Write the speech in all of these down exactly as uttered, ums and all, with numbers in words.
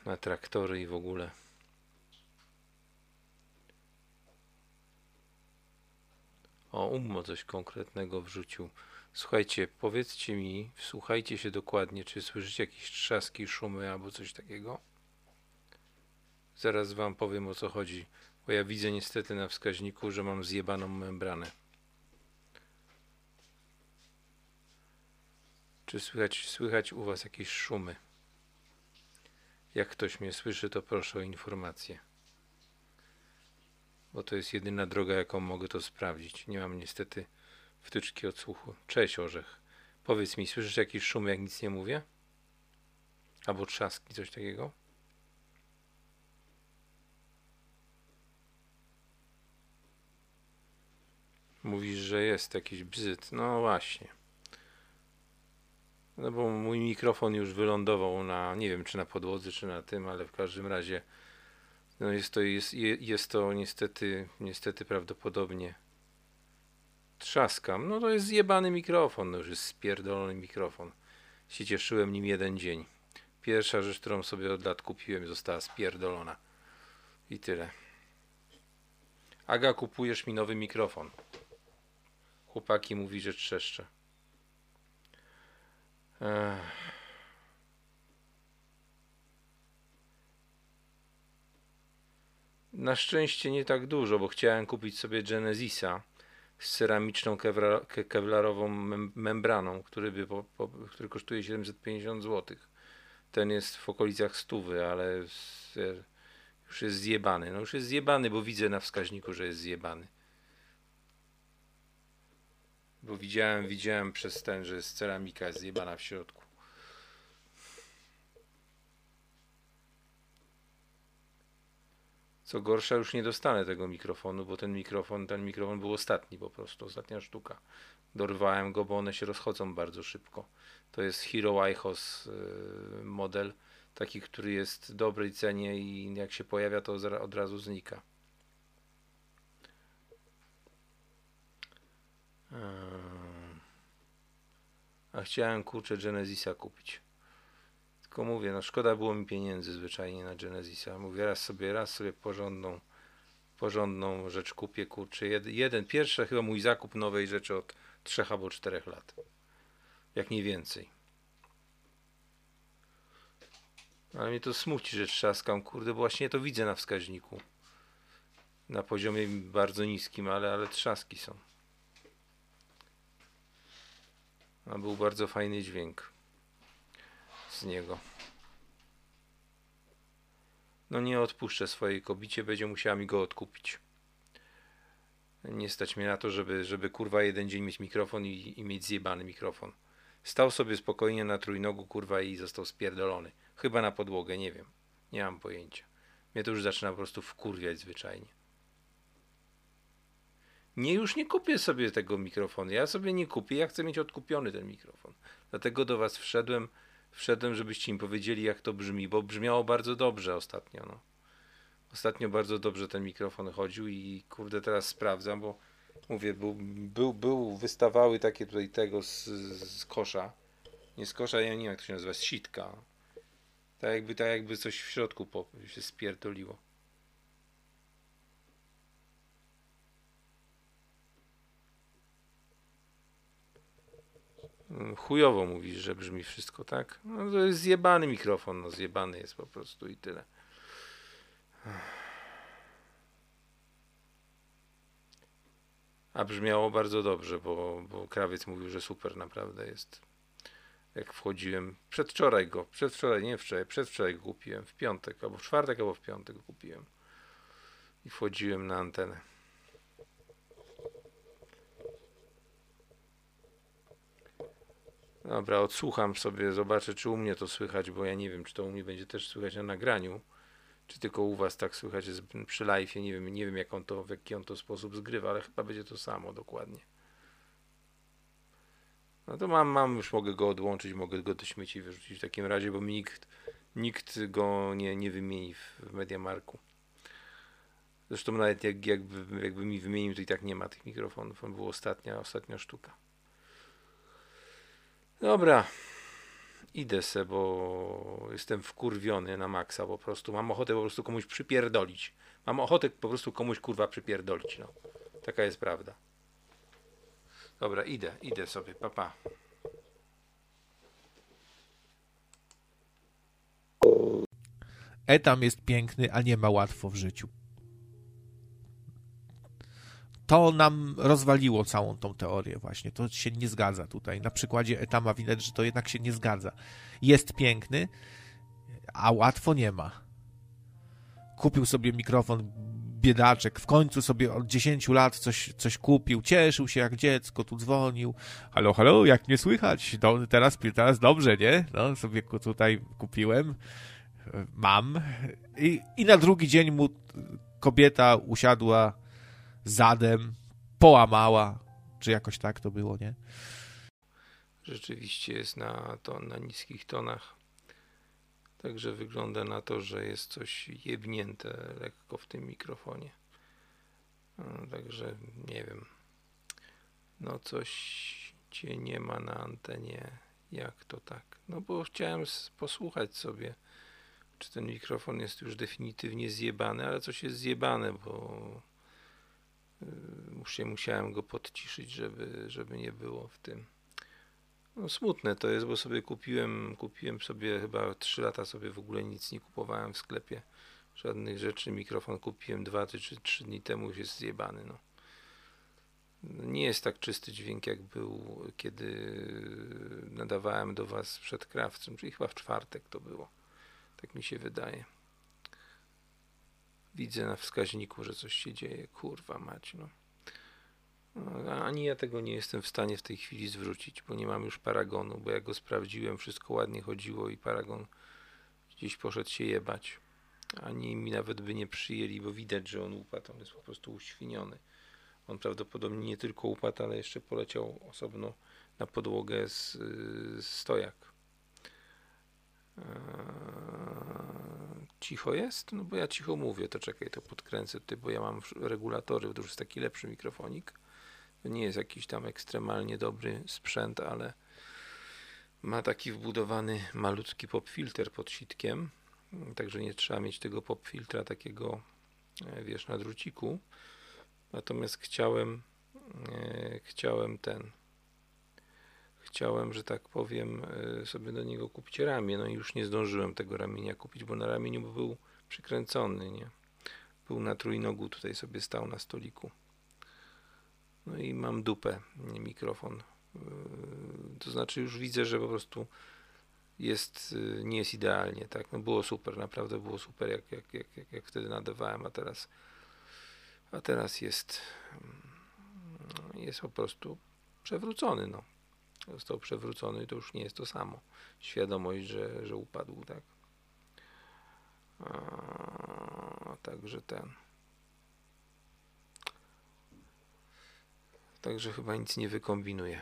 na traktory i w ogóle. O, Ummo coś konkretnego wrzucił. Słuchajcie, powiedzcie mi, wsłuchajcie się dokładnie, czy słyszycie jakieś trzaski, szumy albo coś takiego? Zaraz wam powiem, o co chodzi, bo ja widzę niestety na wskaźniku, że mam zjebaną membranę. Czy słychać, słychać u was jakieś szumy? Jak ktoś mnie słyszy, to proszę o informację. Bo to jest jedyna droga, jaką mogę to sprawdzić. Nie mam niestety wtyczki odsłuchu. Cześć, Orzech. Powiedz mi, słyszysz jakiś szum, jak nic nie mówię? Albo trzaski, coś takiego? Mówisz, że jest jakiś bzyt. No właśnie. No bo mój mikrofon już wylądował na, nie wiem czy na podłodze, czy na tym, ale w każdym razie no jest to, jest, jest to niestety, niestety prawdopodobnie trzaskam. No to jest zjebany mikrofon, no już jest spierdolony mikrofon. Się cieszyłem nim jeden dzień. Pierwsza rzecz, którą sobie od lat kupiłem, została spierdolona. I tyle. Aga, kupujesz mi nowy mikrofon. Chłopaki mówi, że trzeszcze. Ech. Na szczęście nie tak dużo, bo chciałem kupić sobie Genesisa z ceramiczną kewlarową mem membraną, który, by po, po, który kosztuje siedemset pięćdziesiąt złotych. Ten jest w okolicach stówy, ale z, już jest zjebany. No już jest zjebany, bo widzę na wskaźniku, że jest zjebany. Bo widziałem, widziałem przez ten, że jest ceramika zjebana w środku. Co gorsza, już nie dostanę tego mikrofonu, bo ten mikrofon, ten mikrofon był ostatni po prostu, ostatnia sztuka. Dorwałem go, bo one się rozchodzą bardzo szybko. To jest Hero iHoS yy, model, taki, który jest w dobrej cenie i jak się pojawia, to od razu znika. Yy. A chciałem kurczę Genesisa kupić. Tylko mówię, no szkoda było mi pieniędzy zwyczajnie na Genesisa. Mówię, raz sobie, raz sobie porządną, porządną rzecz kupię, kurczę. Jed, jeden, pierwszy chyba mój zakup nowej rzeczy od trzech albo czterech lat. Jak nie więcej. Ale mnie to smuci, że trzaskam, kurde, bo właśnie to widzę na wskaźniku. Na poziomie bardzo niskim, ale, ale trzaski są. A był bardzo fajny dźwięk z niego. No nie odpuszczę swojej kobicie, będzie musiała mi go odkupić. Nie stać mnie na to, żeby, żeby kurwa jeden dzień mieć mikrofon i, i mieć zjebany mikrofon. Stał sobie spokojnie na trójnogu, kurwa, i został spierdolony. Chyba na podłogę, nie wiem. Nie mam pojęcia. Mnie to już zaczyna po prostu wkurwiać zwyczajnie. Nie, już nie kupię sobie tego mikrofonu. Ja sobie nie kupię, ja chcę mieć odkupiony ten mikrofon. Dlatego do was wszedłem, wszedłem, żebyście mi powiedzieli, jak to brzmi, bo brzmiało bardzo dobrze ostatnio, no. Ostatnio bardzo dobrze ten mikrofon chodził i kurde teraz sprawdzam, bo mówię, był, był, był wystawały takie tutaj tego z, z kosza. Nie z kosza, ja nie wiem jak to się nazywa, z sitka. Tak jakby, tak jakby coś w środku po, się spierdoliło. Chujowo mówisz, że brzmi wszystko, tak? No to jest zjebany mikrofon, no zjebany jest po prostu i tyle. A brzmiało bardzo dobrze, bo, bo krawiec mówił, że super naprawdę jest. Jak wchodziłem, przedwczoraj go, przedwczoraj, nie wczoraj, przedwczoraj go kupiłem, w piątek, albo w czwartek, albo w piątek go kupiłem. I wchodziłem na antenę. Dobra, odsłucham sobie, zobaczę czy u mnie to słychać, bo ja nie wiem, czy to u mnie będzie też słychać na nagraniu, czy tylko u was tak słychać przy live'ie, nie wiem, nie wiem jak on to, w jaki on to sposób zgrywa, ale chyba będzie to samo dokładnie. No to mam, mam, już mogę go odłączyć, mogę go do śmieci wyrzucić w takim razie, bo mi nikt, nikt go nie, nie wymieni w Mediamarku. Zresztą nawet jak, jakby, jakby mi wymienił, to i tak nie ma tych mikrofonów, on był ostatnia, ostatnia sztuka. Dobra, Idę se, bo jestem wkurwiony na maksa po prostu. Mam ochotę po prostu komuś przypierdolić. Mam ochotę po prostu komuś kurwa przypierdolić, no. Taka jest prawda. Dobra, idę, idę sobie, papa. Pa. Etam jest piękny, a nie ma łatwo w życiu. To nam rozwaliło całą tą teorię właśnie. To się nie zgadza tutaj. Na przykładzie Etama widać, że to jednak się nie zgadza. Jest piękny, a łatwo nie ma. Kupił sobie mikrofon, biedaczek, w końcu sobie od dziesięciu lat coś, coś kupił, cieszył się jak dziecko, tu dzwonił. Halo, halo, jak mnie słychać? No, teraz, teraz dobrze, nie? No, sobie tutaj kupiłem, mam. I, i na drugi dzień mu kobieta usiadła zadem, połamała, czy jakoś tak to było, nie? Rzeczywiście jest na, ton, na niskich tonach. Także wygląda na to, że jest coś jebnięte lekko w tym mikrofonie. No, także nie wiem. No coś cię nie ma na antenie. Jak to tak? No bo chciałem posłuchać sobie, czy ten mikrofon jest już definitywnie zjebany, ale coś jest zjebane, bo yy, musiałem go podciszyć, żeby, żeby nie było w tym. No smutne to jest, bo sobie kupiłem, kupiłem sobie chyba trzy lata sobie w ogóle nic nie kupowałem w sklepie. Żadnych rzeczy. Mikrofon kupiłem dwa czy trzy dni temu, już jest zjebany. No. Nie jest tak czysty dźwięk, jak był, kiedy nadawałem do was przed krawcem, czyli chyba w czwartek to było. Tak mi się wydaje. Widzę na wskaźniku, że coś się dzieje. Kurwa mać, no. No, ani ja tego nie jestem w stanie w tej chwili zwrócić, bo nie mam już paragonu, bo jak go sprawdziłem, wszystko ładnie chodziło i paragon gdzieś poszedł się jebać. Ani mi nawet by nie przyjęli, bo widać, że on upadł, on jest po prostu uświniony. On prawdopodobnie nie tylko upadł, ale jeszcze poleciał osobno na podłogę z, z stojak. Eee, cicho jest? No bo ja cicho mówię, to czekaj, to podkręcę tutaj, bo ja mam regulatory, to już jest taki lepszy mikrofonik. To nie jest jakiś tam ekstremalnie dobry sprzęt, ale ma taki wbudowany malutki popfilter pod sitkiem, także nie trzeba mieć tego popfiltra takiego, wiesz, na druciku. Natomiast chciałem e, chciałem ten chciałem, że tak powiem, e, sobie do niego kupić ramię, no i już nie zdążyłem tego ramienia kupić, bo na ramieniu był przykręcony, nie? Był na trójnogu, tutaj sobie stał na stoliku. No i mam dupę, nie mikrofon. Yy, to znaczy już widzę, że po prostu jest, yy, nie jest idealnie, tak? No było super, naprawdę było super, jak, jak, jak, jak, jak wtedy nadawałem, a teraz a teraz jest yy, jest po prostu przewrócony, no. Został przewrócony i to już nie jest to samo. Świadomość, że, że upadł, tak? A, także ten Także chyba nic nie wykombinuję.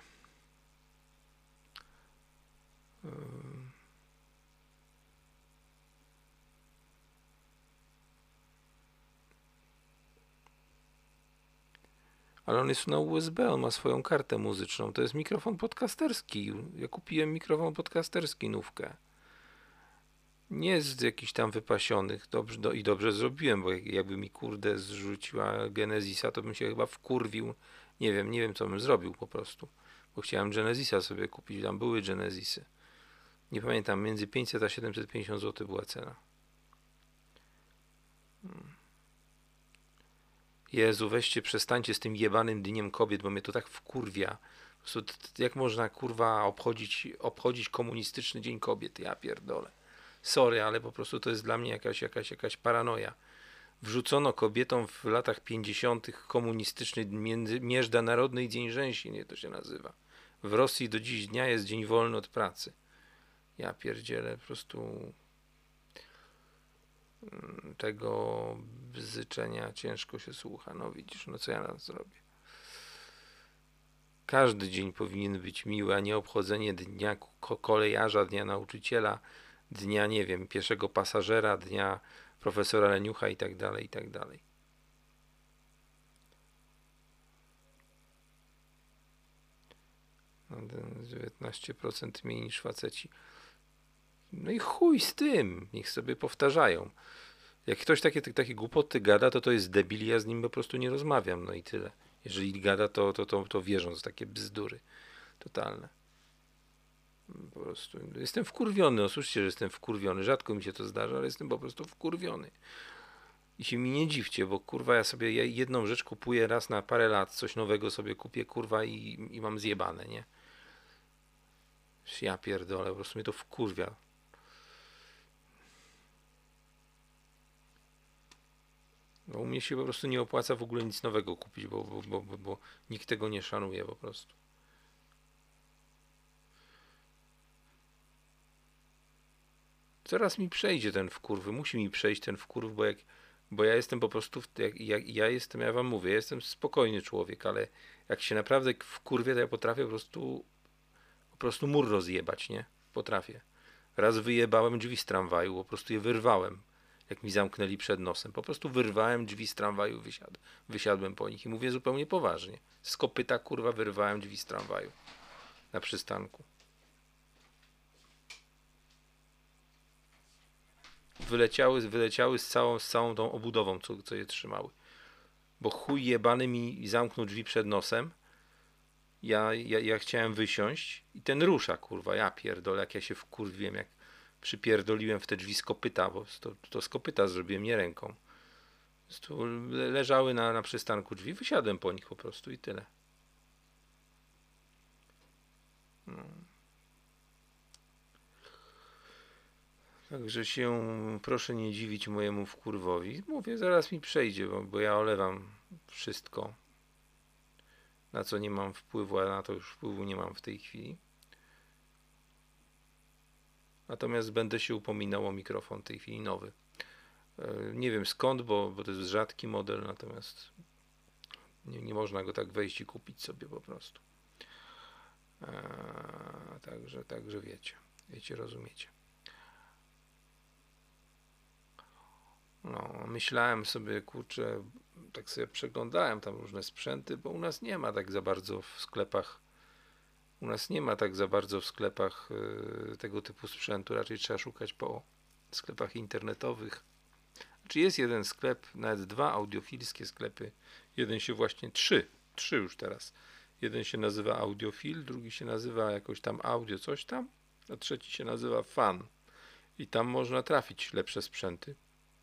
Ale on jest na U S B, on ma swoją kartę muzyczną. To jest mikrofon podcasterski. Ja kupiłem mikrofon podcasterski, nówkę. Nie z jakichś tam wypasionych. Dobrze, do, i dobrze zrobiłem, bo jakby mi kurde zrzuciła Genesisa, to bym się chyba wkurwił. Nie wiem, nie wiem co bym zrobił po prostu. Bo chciałem Genesisa sobie kupić, tam były Genesisy. Nie pamiętam, między pięćset a siedemset pięćdziesiąt złotych była cena. Jezu, weźcie, przestańcie z tym jebanym dniem kobiet, bo mnie to tak wkurwia. Po prostu, jak można kurwa obchodzić, obchodzić komunistyczny dzień kobiet? Ja pierdolę. Sorry, ale po prostu to jest dla mnie jakaś, jakaś, jakaś paranoja. Wrzucono kobietom w latach pięćdziesiątych komunistyczny między, Międzynarodny Dzień Żeńsin, nie to się nazywa. W Rosji do dziś dnia jest dzień wolny od pracy. Ja pierdzielę, po prostu tego bzyczenia ciężko się słucha. No widzisz, no co ja na to zrobię? Każdy dzień powinien być miły, a nie obchodzenie dnia kolejarza, dnia nauczyciela, dnia, nie wiem, pieszego pasażera, dnia profesora Leniucha i tak dalej, i tak dalej. dziewiętnaście procent mniej niż faceci. No i chuj z tym, niech sobie powtarzają. Jak ktoś takie, takie głupoty gada, to to jest debil, ja z nim po prostu nie rozmawiam, no i tyle. Jeżeli gada, to, to, to, to wierząc w takie bzdury totalne. Po prostu jestem wkurwiony, usłyszcie, że jestem wkurwiony. Rzadko mi się to zdarza, ale jestem po prostu wkurwiony. I się mi nie dziwcie, bo kurwa ja sobie ja jedną rzecz kupuję raz na parę lat, coś nowego sobie kupię, kurwa i, i mam zjebane, nie? Ja pierdolę, po prostu mnie to wkurwia. No, u mnie się po prostu nie opłaca w ogóle nic nowego kupić, bo, bo, bo, bo, bo nikt tego nie szanuje po prostu. Zaraz mi przejdzie ten wkurw, musi mi przejść ten wkurw, bo jak, bo ja jestem po prostu, w- jak, jak, ja jestem, ja wam mówię, ja jestem spokojny człowiek, ale jak się naprawdę wkurwię, to ja potrafię po prostu, po prostu mur rozjebać, nie? Potrafię. Raz wyjebałem drzwi z tramwaju, po prostu je wyrwałem, jak mi zamknęli przed nosem. Po prostu wyrwałem drzwi z tramwaju, wysiadł, wysiadłem po nich i mówię zupełnie poważnie. Z kopyta kurwa wyrwałem drzwi z tramwaju na przystanku. Wyleciały, wyleciały z całą, z całą tą obudową, co, co je trzymały. Bo chuj jebany mi zamknął drzwi przed nosem. Ja, ja, ja chciałem wysiąść i ten rusza, kurwa. Ja pierdolę, jak ja się wkurwiłem, jak przypierdoliłem w te drzwi z kopyta, bo to, to z kopyta zrobiłem, nie ręką. Tu leżały na, na przystanku drzwi, wysiadłem po nich po prostu i tyle. No. Także się proszę nie dziwić mojemu wkurwowi. Mówię, zaraz mi przejdzie, bo, bo ja olewam wszystko, na co nie mam wpływu, a na to już wpływu nie mam w tej chwili. Natomiast będę się upominał o mikrofon w tej chwili nowy. Nie wiem skąd, bo, bo to jest rzadki model, natomiast nie, nie można go tak wejść i kupić sobie po prostu. Eee, także, także wiecie, wiecie, rozumiecie. No, myślałem sobie, kurczę, tak sobie przeglądałem tam różne sprzęty, bo u nas nie ma tak za bardzo w sklepach, u nas nie ma tak za bardzo w sklepach y, tego typu sprzętu, raczej trzeba szukać po sklepach internetowych. Czy jest jeden sklep, nawet dwa audiofilskie sklepy, jeden się właśnie, trzy, trzy już teraz. Jeden się nazywa Audiofil, drugi się nazywa jakoś tam Audio coś tam, a trzeci się nazywa Fan. I tam można trafić lepsze sprzęty.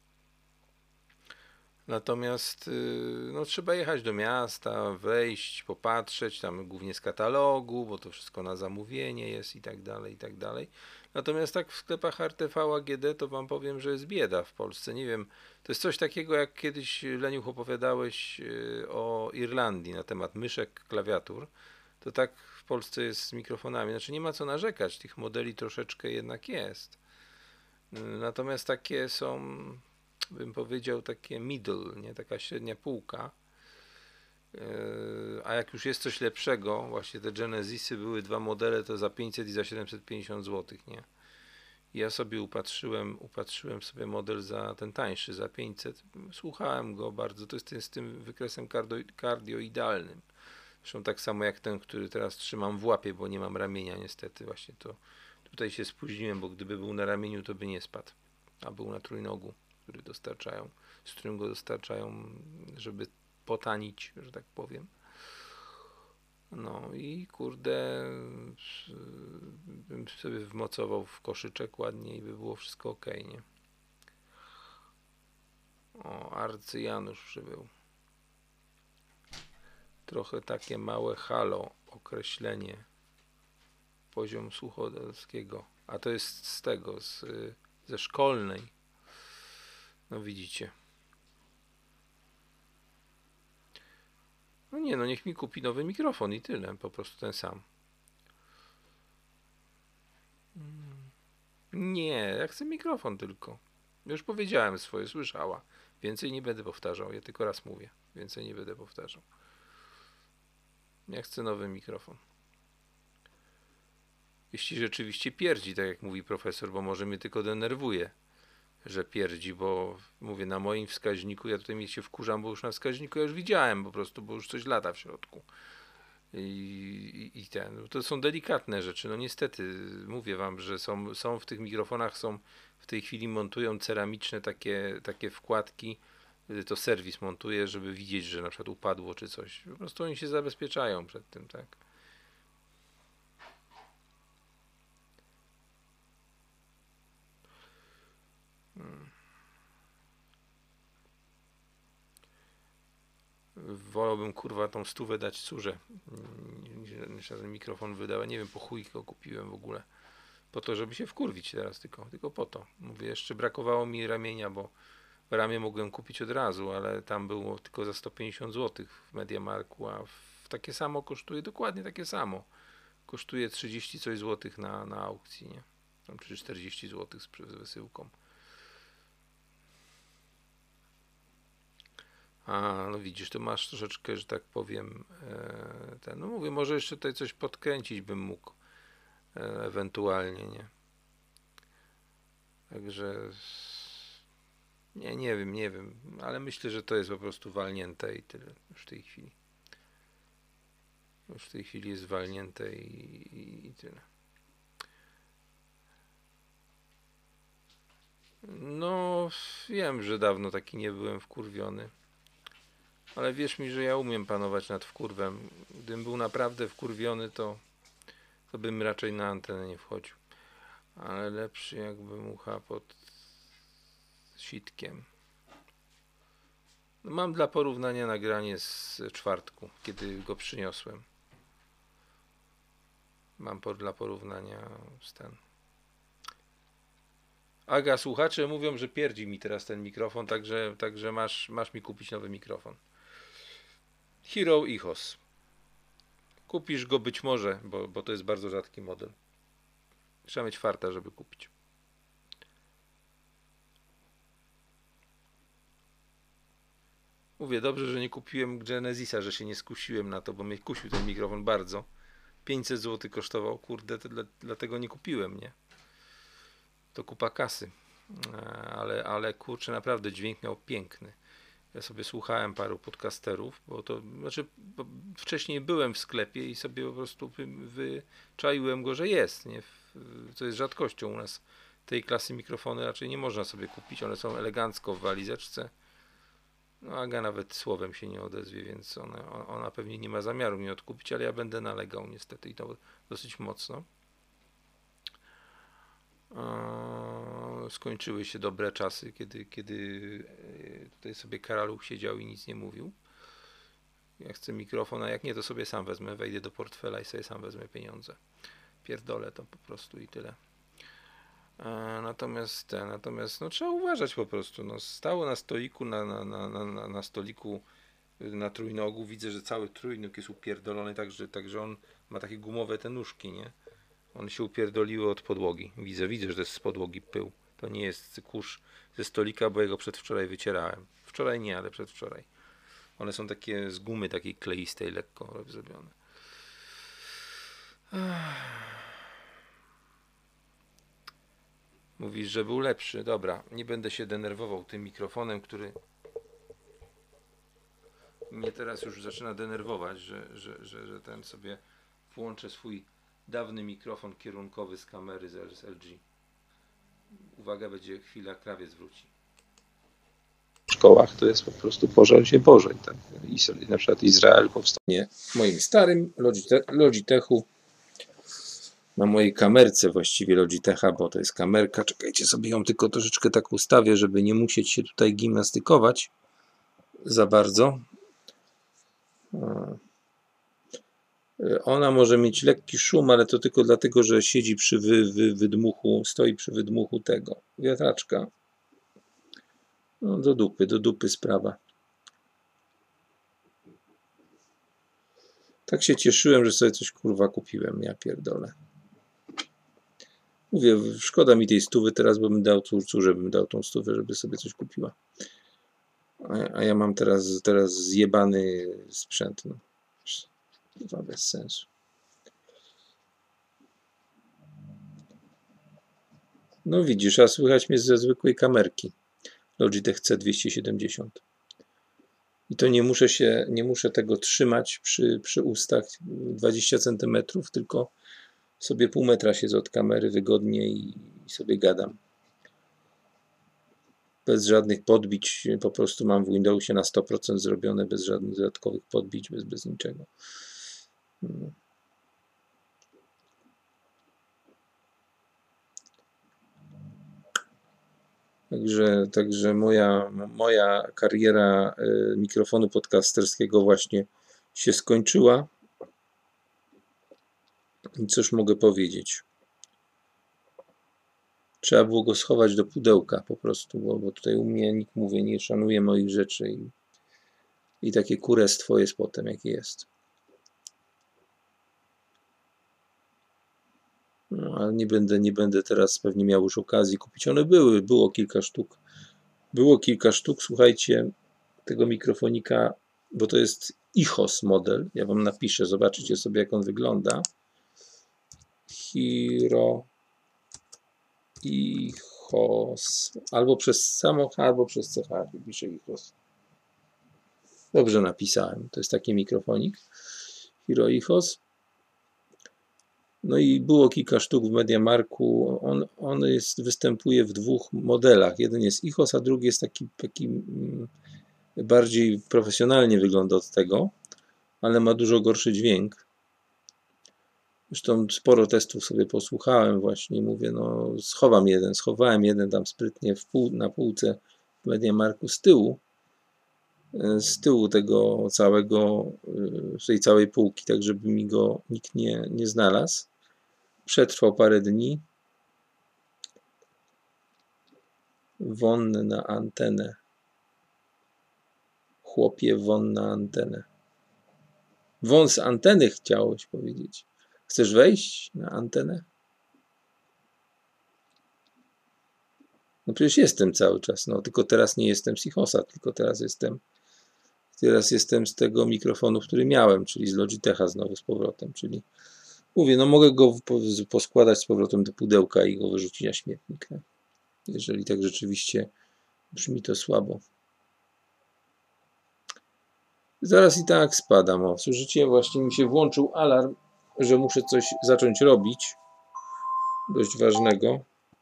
Natomiast no, trzeba jechać do miasta, wejść, popatrzeć, tam głównie z katalogu, bo to wszystko na zamówienie jest i tak dalej, i tak dalej. Natomiast tak w sklepach R T V A G D to wam powiem, że jest bieda w Polsce. Nie wiem, to jest coś takiego jak kiedyś Leniuch opowiadałeś o Irlandii na temat myszek, klawiatur. To tak w Polsce jest z mikrofonami. Znaczy nie ma co narzekać, tych modeli troszeczkę jednak jest. Natomiast takie są, bym powiedział, takie middle, nie? Taka średnia półka. A jak już jest coś lepszego, właśnie te Genesisy były dwa modele, to za pięćset i za siedemset pięćdziesiąt złotych, nie? I ja sobie upatrzyłem, upatrzyłem sobie model za ten tańszy, za pięćset. Słuchałem go bardzo, to jest ten z tym wykresem kardio, kardioidalnym. Zresztą tak samo jak ten, który teraz trzymam w łapie, bo nie mam ramienia niestety. Właśnie to tutaj się spóźniłem, bo gdyby był na ramieniu, to by nie spadł. A był na trójnogu, który dostarczają, z którym go dostarczają, żeby potanić, że tak powiem. No i kurde, bym sobie wmocował w koszyczek ładnie i by było wszystko ok, nie? O, Arcy Janusz przybył. Trochę takie małe halo, określenie. Poziom Suchodolskiego. A to jest z tego, z, ze szkolnej. No widzicie. No nie, no niech mi kupi nowy mikrofon i tyle. Po prostu ten sam. Nie, ja chcę mikrofon tylko. Już powiedziałem swoje, słyszała. Więcej nie będę powtarzał. Ja tylko raz mówię. Więcej nie będę powtarzał. Ja chcę nowy mikrofon. Jeśli rzeczywiście pierdzi, tak jak mówi profesor, bo może mnie tylko denerwuje, że pierdzi, bo mówię, na moim wskaźniku, ja tutaj mnie się wkurzam, bo już na wskaźniku ja już widziałem po prostu, bo już coś lata w środku. I, i ten, to są delikatne rzeczy. No niestety, mówię wam, że są, są w tych mikrofonach, są w tej chwili montują ceramiczne takie, takie wkładki, to serwis montuje, żeby widzieć, że na przykład upadło czy coś. Po prostu oni się zabezpieczają przed tym, tak. Hmm. Wolałbym kurwa tą stówę dać córze niż ten mikrofon wydałem. Nie wiem po chuj go kupiłem w ogóle. Po to, żeby się wkurwić teraz tylko, tylko po to. Mówię, jeszcze brakowało mi ramienia, bo ramię mogłem kupić od razu, ale tam było tylko za sto pięćdziesiąt złotych w Mediamarku, a w takie samo kosztuje, dokładnie takie samo. Kosztuje trzydzieści coś złotych na, na aukcji, nie? Tam czy czterdzieści złotych z, z wysyłką. A, no widzisz, tu masz troszeczkę, że tak powiem, e, ten, no mówię, może jeszcze tutaj coś podkręcić bym mógł, e, ewentualnie, nie? Także nie, nie wiem, nie wiem, ale myślę, że to jest po prostu walnięte i tyle już w tej chwili. Już w tej chwili jest walnięte i, i, i tyle. No, wiem, że dawno taki nie byłem wkurwiony. Ale wierz mi, że ja umiem panować nad wkurwem. Gdybym był naprawdę wkurwiony, to, to bym raczej na antenę nie wchodził. Ale lepszy jakby mucha pod sitkiem. No mam dla porównania nagranie z czwartku, kiedy go przyniosłem. Mam por dla porównania z ten. Aga, słuchacze mówią, że pierdzi mi teraz ten mikrofon, także, także masz, masz mi kupić nowy mikrofon. Hero Ichos. Kupisz go być może, bo, bo to jest bardzo rzadki model. Trzeba mieć farta, żeby kupić. Mówię, dobrze, że nie kupiłem Genesisa, że się nie skusiłem na to, bo mnie kusił ten mikrofon bardzo. pięćset złotych kosztował, kurde, to dla, dlatego nie kupiłem, nie? To kupa kasy. Ale, ale kurczę, naprawdę dźwięk miał piękny. Ja sobie słuchałem paru podcasterów, bo to, znaczy bo wcześniej byłem w sklepie i sobie po prostu wy, wyczaiłem go, że jest, nie? Co jest rzadkością u nas. Tej klasy mikrofony raczej nie można sobie kupić, one są elegancko w walizeczce. No Aga nawet słowem się nie odezwie, więc ona, ona pewnie nie ma zamiaru mnie odkupić, ale ja będę nalegał niestety i to dosyć mocno. Skończyły się dobre czasy, kiedy, kiedy tutaj sobie Karaluch siedział i nic nie mówił. Ja chcę mikrofon, a jak nie, to sobie sam wezmę, wejdę do portfela i sobie sam wezmę pieniądze. Pierdolę to po prostu i tyle. Natomiast te, natomiast no trzeba uważać po prostu. No, stało na stoliku, na, na, na, na, na stoliku na trójnogu. Widzę, że cały trójnóg jest upierdolony, także, także on ma takie gumowe te nóżki, nie? One się upierdoliły od podłogi. Widzę, widzę, że to jest z podłogi pył. To nie jest kurz ze stolika, bo ja go przedwczoraj wycierałem. Wczoraj nie, ale przedwczoraj. One są takie z gumy takiej kleistej, lekko zrobione. Mówisz, że był lepszy. Dobra, nie będę się denerwował tym mikrofonem, który mnie teraz już zaczyna denerwować, że, że, że, że ten sobie włączę swój dawny mikrofon kierunkowy z kamery z L G. Uwaga, będzie chwila, krawiec wróci. W szkołach to jest po prostu pożarcie Boże. Tak? I na przykład Izrael powstanie w moim starym Logitechu, na mojej kamerce właściwie Logitecha, bo to jest kamerka. Czekajcie, sobie ją tylko troszeczkę tak ustawię, żeby nie musieć się tutaj gimnastykować za bardzo. Ona może mieć lekki szum, ale to tylko dlatego, że siedzi przy wy, wy, wydmuchu, stoi przy wydmuchu tego wiatraczka. No do dupy, do dupy sprawa. Tak się cieszyłem, że sobie coś kurwa kupiłem, ja pierdolę. Mówię, szkoda mi tej stówy teraz, bo bym dał córce, bym dał tą stówę, żeby sobie coś kupiła. A, a ja mam teraz, teraz zjebany sprzęt. No. Chyba bez sensu. No widzisz, a słychać mnie ze zwykłej kamerki. Logitech C dwieście siedemdziesiąt. I to nie muszę się, nie muszę tego trzymać przy, przy ustach dwadzieścia centymetrów, tylko sobie pół metra siedzę od kamery wygodnie i, i sobie gadam. Bez żadnych podbić, po prostu mam w Windowsie na sto procent zrobione, bez żadnych dodatkowych podbić, bez, bez niczego. Także, także moja, moja kariera mikrofonu podcasterskiego właśnie się skończyła. I cóż mogę powiedzieć? Trzeba było go schować do pudełka po prostu, bo, bo tutaj u mnie nikt, mówię, nie szanuje moich rzeczy i, i takie kurestwo jest potem, jakie jest. No, ale nie będę, nie będę teraz pewnie miał już okazji kupić. One były, było kilka sztuk. Było kilka sztuk, słuchajcie, tego mikrofonika, bo to jest ichos model. Ja wam napiszę, zobaczycie sobie, jak on wygląda. Hiro ichos. Albo przez samo H, albo przez C H. Piszę ichos. Dobrze napisałem. To jest taki mikrofonik. Hiro ichos. No i było kilka sztuk w MediaMarku. On, on jest, występuje w dwóch modelach. Jeden jest ichos, a drugi jest taki, taki bardziej profesjonalnie wygląda od tego, ale ma dużo gorszy dźwięk. Zresztą sporo testów sobie posłuchałem właśnie, mówię, no schowam jeden, schowałem jeden tam sprytnie w pół, na półce w MediaMarku z tyłu, z tyłu tego całego, tej całej półki, tak żeby mi go nikt nie, nie znalazł. Przetrwał parę dni. Won na antenę. Chłopie, won na antenę. Won z anteny chciałeś powiedzieć. Chcesz wejść na antenę? No przecież jestem cały czas, no tylko teraz nie jestem z ichosa, tylko teraz jestem teraz jestem z tego mikrofonu, który miałem, czyli z Logitecha znowu z powrotem, czyli mówię, no mogę go poskładać z powrotem do pudełka i go wyrzucić na śmietnik, no, jeżeli tak rzeczywiście brzmi to słabo. Zaraz i tak spadam, o, słyszycie, właśnie mi się włączył alarm, że muszę coś zacząć robić, dość ważnego.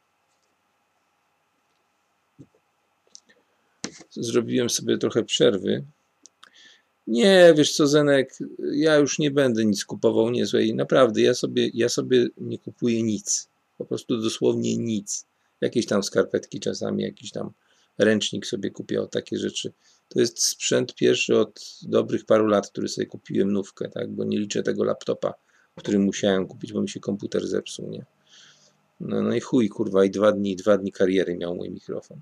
Zrobiłem sobie trochę przerwy. Nie, wiesz co, Zenek, ja już nie będę nic kupował niezłej. Naprawdę, ja sobie, ja sobie nie kupuję nic. Po prostu dosłownie nic. Jakieś tam skarpetki czasami, jakiś tam ręcznik sobie kupię, o takie rzeczy. To jest sprzęt pierwszy od dobrych paru lat, który sobie kupiłem nówkę, tak? Bo nie liczę tego laptopa, który musiałem kupić, bo mi się komputer zepsuł, nie? No, no i chuj, kurwa, i dwa dni, dwa dni kariery miał mój mikrofon.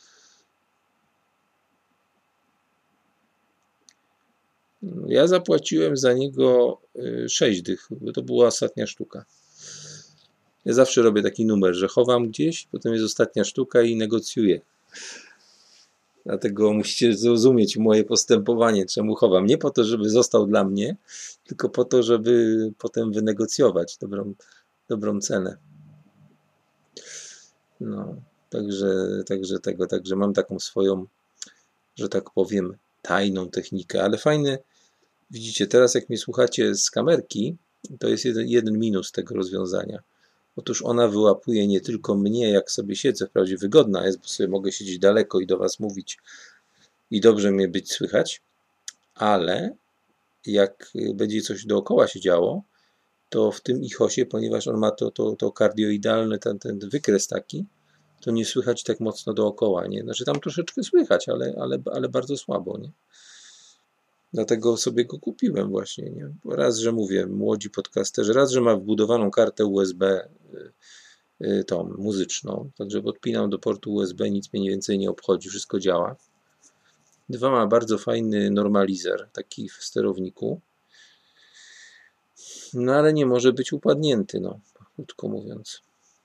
Ja zapłaciłem za niego sześć dych, bo to była ostatnia sztuka. Ja zawsze robię taki numer, że chowam gdzieś, potem jest ostatnia sztuka i negocjuję. Dlatego musicie zrozumieć moje postępowanie, czemu chowam. Nie po to, żeby został dla mnie, tylko po to, żeby potem wynegocjować dobrą, dobrą cenę. No, także, także tego, także mam taką swoją, że tak powiem, tajną technikę, ale fajny. Widzicie, teraz jak mnie słuchacie z kamerki, to jest jeden, jeden minus tego rozwiązania. Otóż ona wyłapuje nie tylko mnie, jak sobie siedzę, wprawdzie wygodna jest, bo sobie mogę siedzieć daleko i do was mówić i dobrze mnie być słychać, ale jak będzie coś dookoła się działo, to w tym ichosie, ponieważ on ma to, to, to kardioidalny, ten, ten wykres taki, to nie słychać tak mocno dookoła, nie? Znaczy tam troszeczkę słychać, ale, ale, ale bardzo słabo, nie? Dlatego sobie go kupiłem właśnie, nie? Raz, że mówię, młodzi podcasterzy, raz, że ma wbudowaną kartę U S B tą muzyczną, także podpinam do portu U S B, nic mnie więcej nie obchodzi, wszystko działa. Dwa, ma bardzo fajny normalizer, taki w sterowniku, no ale nie może być upadnięty, no, krótko mówiąc.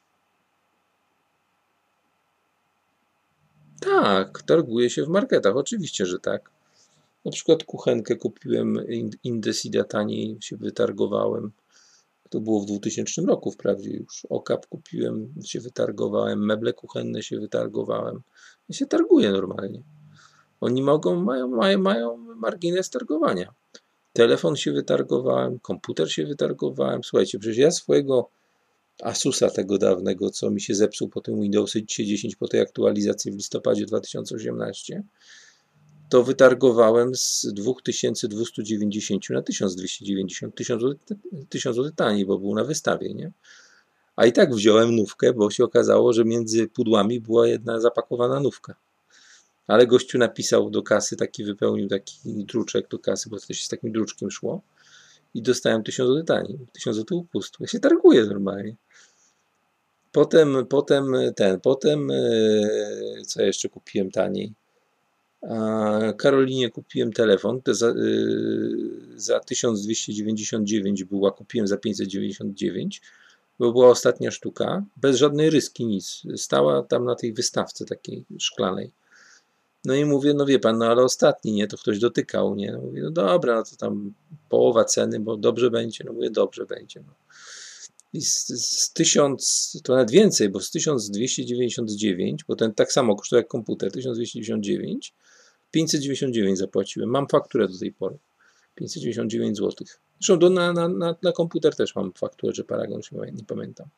Tak, targuje się w marketach, oczywiście, że tak. Na przykład kuchenkę kupiłem Indesida taniej, się wytargowałem. To było w dwutysięcznym roku wprawdzie już. Okap kupiłem, się wytargowałem. Meble kuchenne się wytargowałem. Ja się targuję normalnie. Oni mogą, mają, mają, mają margines targowania. Telefon się wytargowałem, komputer się wytargowałem. Słuchajcie, przecież ja swojego Asusa tego dawnego, co mi się zepsuł po tym Windowsie dziesięć, po tej aktualizacji w listopadzie dwa tysiące osiemnastego, to wytargowałem z dwa tysiące dwieście dziewięćdziesiąt na tysiąc dwieście dziewięćdziesiąt, tysiąc złotych taniej, bo był na wystawie, nie? A i tak wziąłem nówkę, bo się okazało, że między pudłami była jedna zapakowana nówka. Ale gościu napisał do kasy, taki wypełnił taki druczek do kasy, bo to się z takim druczkiem szło i dostałem tysiąc złotych taniej, tysiąc złotych upustu. Ja się targuję normalnie. Potem, potem ten, potem co jeszcze kupiłem taniej? Karolinie kupiłem telefon, to za, za tysiąc dwieście dziewięćdziesiąt dziewięć była, kupiłem za pięćset dziewięćdziesiąt dziewięć, bo była ostatnia sztuka, bez żadnej ryski, nic. Stała tam na tej wystawce takiej szklanej. No i mówię, no wie pan, no ale ostatni, nie, to ktoś dotykał, nie. No mówię, no dobra, no to tam połowa ceny, bo dobrze będzie. No mówię, dobrze będzie. No. I z, z tysiąc, to nawet więcej, bo z tysiąc dwieście dziewięćdziesiąt dziewięć, bo ten tak samo kosztuje jak komputer, tysiąc dwieście dziewięćdziesiąt dziewięć, pięćset dziewięćdziesiąt dziewięć zapłaciłem. Mam fakturę do tej pory. pięćset dziewięćdziesiąt dziewięć złotych. Zresztą do, na, na, na, na komputer też mam fakturę, czy paragon, czy nie pamiętam.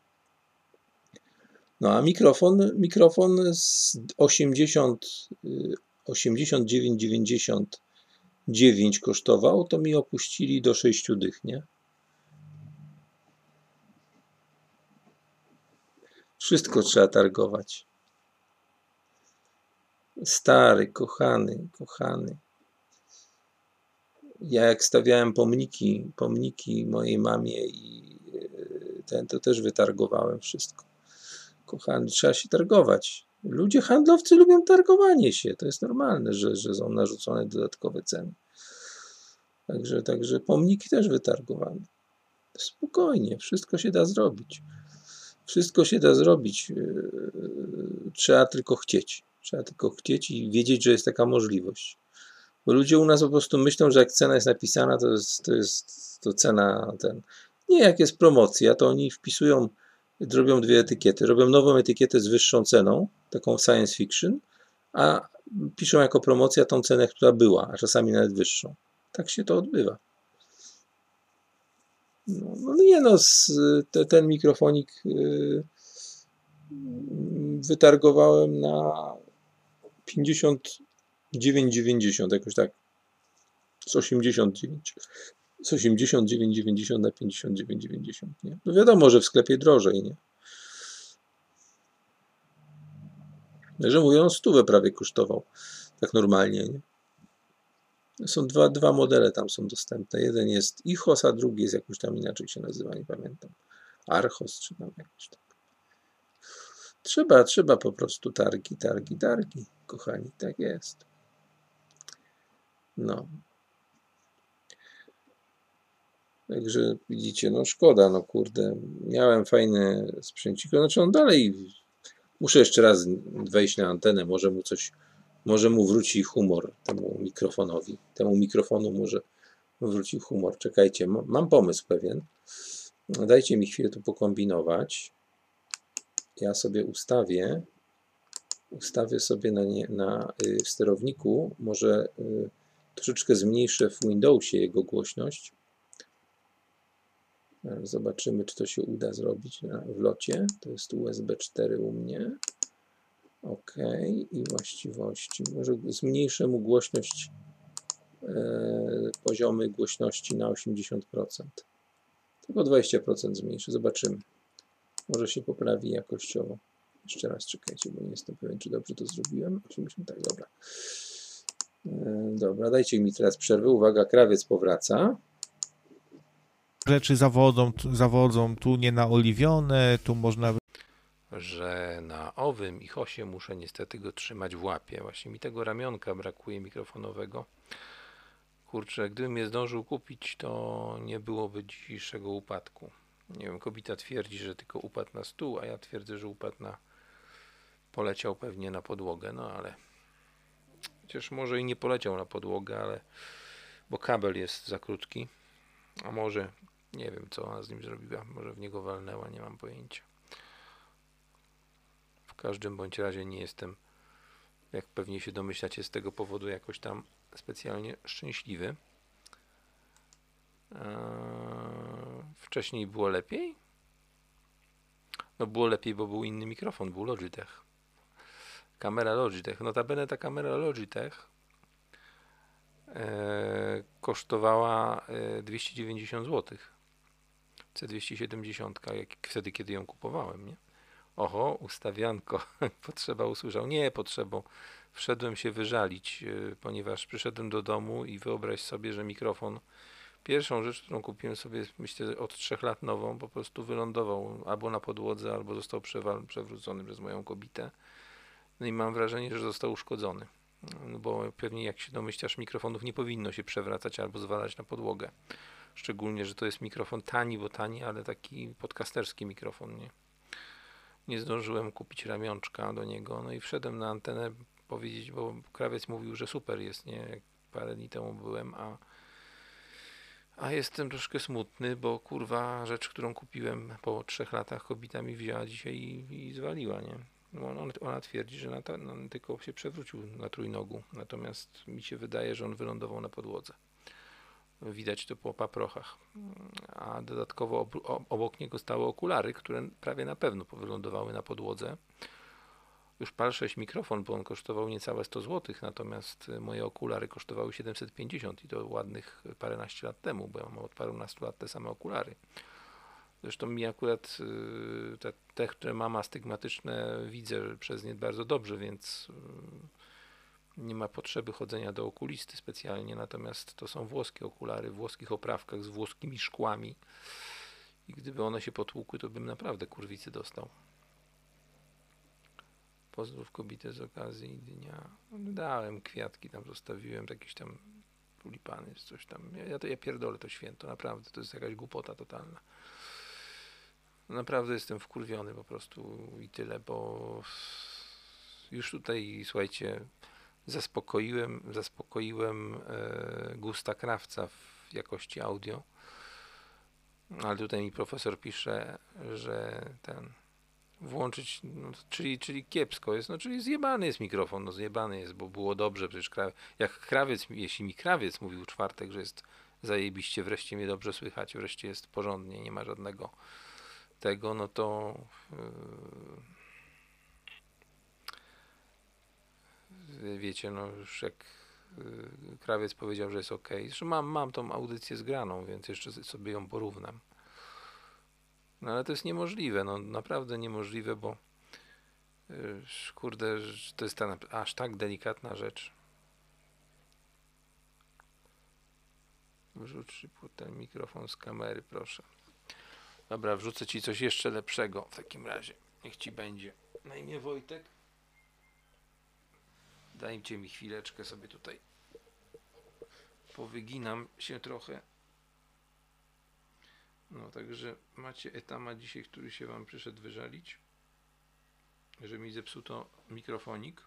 No a mikrofon, mikrofon z osiemdziesiąt, osiemdziesiąt dziewięć dziewięćdziesiąt dziewięć kosztował, to mi opuścili do sześciu dych, nie? Wszystko trzeba targować. Stary, kochany, kochany. Ja jak stawiałem pomniki, pomniki mojej mamie i ten, to też wytargowałem wszystko. Kochany, trzeba się targować. Ludzie, handlowcy lubią targowanie się. To jest normalne, że, że są narzucone dodatkowe ceny. Także, także pomniki też wytargowane. Spokojnie, wszystko się da zrobić. Wszystko się da zrobić. Trzeba tylko chcieć. Trzeba tylko chcieć i wiedzieć, że jest taka możliwość. Bo ludzie u nas po prostu myślą, że jak cena jest napisana, to jest to, jest, to cena ten. Nie, jak jest promocja, to oni wpisują, robią dwie etykiety. Robią nową etykietę z wyższą ceną, taką science fiction, a piszą jako promocja tą cenę, która była, a czasami nawet wyższą. Tak się to odbywa. No, no nie no, te, ten mikrofonik yy, wytargowałem na pięćdziesiąt dziewięć dziewięćdziesiąt, jakoś tak, z osiemdziesiąt dziewięć, z osiemdziesiąt dziewięć dziewięćdziesiąt na pięćdziesiąt dziewięć dziewięćdziesiąt, nie? No wiadomo, że w sklepie drożej, nie? Że mówią, stówę prawie kosztował, tak normalnie, nie? Są dwa, dwa modele tam są dostępne. Jeden jest Ichos, a drugi jest jakoś tam inaczej się nazywa, nie pamiętam. Archos, czy tam jakoś tak. Trzeba, trzeba po prostu targi, targi, targi, kochani, tak jest. No. Także widzicie, no szkoda, no kurde, miałem fajny sprzęcik, znaczy on dalej, muszę jeszcze raz wejść na antenę, może mu coś, może mu wróci humor temu mikrofonowi, temu mikrofonu może wróci humor. Czekajcie, mam pomysł pewien, dajcie mi chwilę tu pokombinować, ja sobie ustawię, ustawię sobie na, nie, na y, w sterowniku, może y, troszeczkę zmniejszę w Windowsie jego głośność. Zobaczymy, czy to się uda zrobić na, w locie. To jest U S B cztery u mnie. OK. I właściwości. Może zmniejszę mu głośność, e, poziomy głośności na osiemdziesiąt procent. Tylko dwadzieścia procent zmniejszę. Zobaczymy. Może się poprawi jakościowo. Jeszcze raz czekajcie, bo nie jestem pewien, czy dobrze to zrobiłem. osiemdziesiąt, tak, dobra. E, dobra, dajcie mi teraz przerwę. Uwaga, krawiec powraca. Rzeczy zawodzą, zawodzą tu nie naoliwione, tu można... Że na owym Ichosie muszę niestety go trzymać w łapie. Właśnie mi tego ramionka brakuje mikrofonowego. Kurczę, gdybym je zdążył kupić, to nie byłoby dzisiejszego upadku. Nie wiem, kobieta twierdzi, że tylko upadł na stół, a ja twierdzę, że upadł na... poleciał pewnie na podłogę, no ale... Chociaż może i nie poleciał na podłogę, ale... bo kabel jest za krótki. A może... nie wiem, co ona z nim zrobiła. Może w niego walnęła, nie mam pojęcia. W każdym bądź razie nie jestem Jak pewnie się domyślacie, z tego powodu jakoś tam specjalnie szczęśliwy. Eee, wcześniej było lepiej? No było lepiej, bo był inny mikrofon, był Logitech. Kamera Logitech. Notabene ta kamera Logitech e, kosztowała e, dwieście dziewięćdziesiąt złotych. C dwieście siedemdziesiąt, jak wtedy, kiedy ją kupowałem, nie? Oho, ustawianko. Potrzeba usłyszał. Nie potrzebą. Wszedłem się wyżalić, e, ponieważ przyszedłem do domu i wyobraź sobie, że mikrofon, pierwszą rzecz, którą kupiłem sobie, myślę, od trzech lat nową, po prostu wylądował albo na podłodze, albo został przewal- przewrócony przez moją kobietę. No i mam wrażenie, że został uszkodzony. No bo pewnie, jak się domyślasz, mikrofonów nie powinno się przewracać albo zwalać na podłogę. Szczególnie, że to jest mikrofon tani, bo tani, ale taki podcasterski mikrofon, nie? Nie zdążyłem kupić ramionczka do niego, no i wszedłem na antenę powiedzieć, bo krawiec mówił, że super jest, nie? Jak parę dni temu byłem, a a jestem troszkę smutny, bo kurwa rzecz, którą kupiłem po trzech latach, kobieta mi wzięła dzisiaj i, i zwaliła, nie? No, on, ona twierdzi, że na ta, no, tylko się przewrócił na trójnogu, natomiast mi się wydaje, że on wylądował na podłodze. Widać to po paprochach. A dodatkowo ob, obok niego stały okulary, które prawie na pewno wylądowały na podłodze. Już pal sześć mikrofon, bo on kosztował niecałe sto złotych, natomiast moje okulary kosztowały siedemset pięćdziesiąt i to ładnych paręnaście lat temu, bo ja mam od parunastu lat te same okulary. Zresztą mi akurat te, te, które mam astygmatyczne, widzę przez nie bardzo dobrze, więc nie ma potrzeby chodzenia do okulisty specjalnie, natomiast to są włoskie okulary, w włoskich oprawkach z włoskimi szkłami i gdyby one się potłukły, to bym naprawdę kurwicy dostał. Pozdrów kobietę z okazji dnia. Dałem kwiatki, tam zostawiłem jakieś tam tulipany, coś tam. Ja, ja, to, ja pierdolę to święto, naprawdę, to jest jakaś głupota totalna. Naprawdę jestem wkurwiony po prostu i tyle, bo już tutaj, słuchajcie, zaspokoiłem, zaspokoiłem e, gusta krawca w jakości audio, ale tutaj mi profesor pisze, że ten włączyć, no, czyli, czyli kiepsko jest, no czyli zjebany jest mikrofon, no zjebany jest, bo było dobrze, przecież krawiec, jak krawiec, jeśli mi krawiec mówił w czwartek, że jest zajebiście, wreszcie mnie dobrze słychać, wreszcie jest porządnie, nie ma żadnego tego, no to yy, wiecie, no już jak yy, krawiec powiedział, że jest ok, zresztą mam, mam tą audycję zgraną, więc jeszcze sobie ją porównam. No ale to jest niemożliwe, no naprawdę niemożliwe, bo yy, kurde, to jest ta aż tak delikatna rzecz. Wrzuć ten mikrofon z kamery, proszę. Dobra, wrzucę ci coś jeszcze lepszego w takim razie. Niech ci będzie. Na imię Wojtek. Dajcie mi chwileczkę, sobie tutaj powyginam się trochę. No, także macie etama dzisiaj, który się wam przyszedł wyżalić, że mi zepsuto mikrofonik.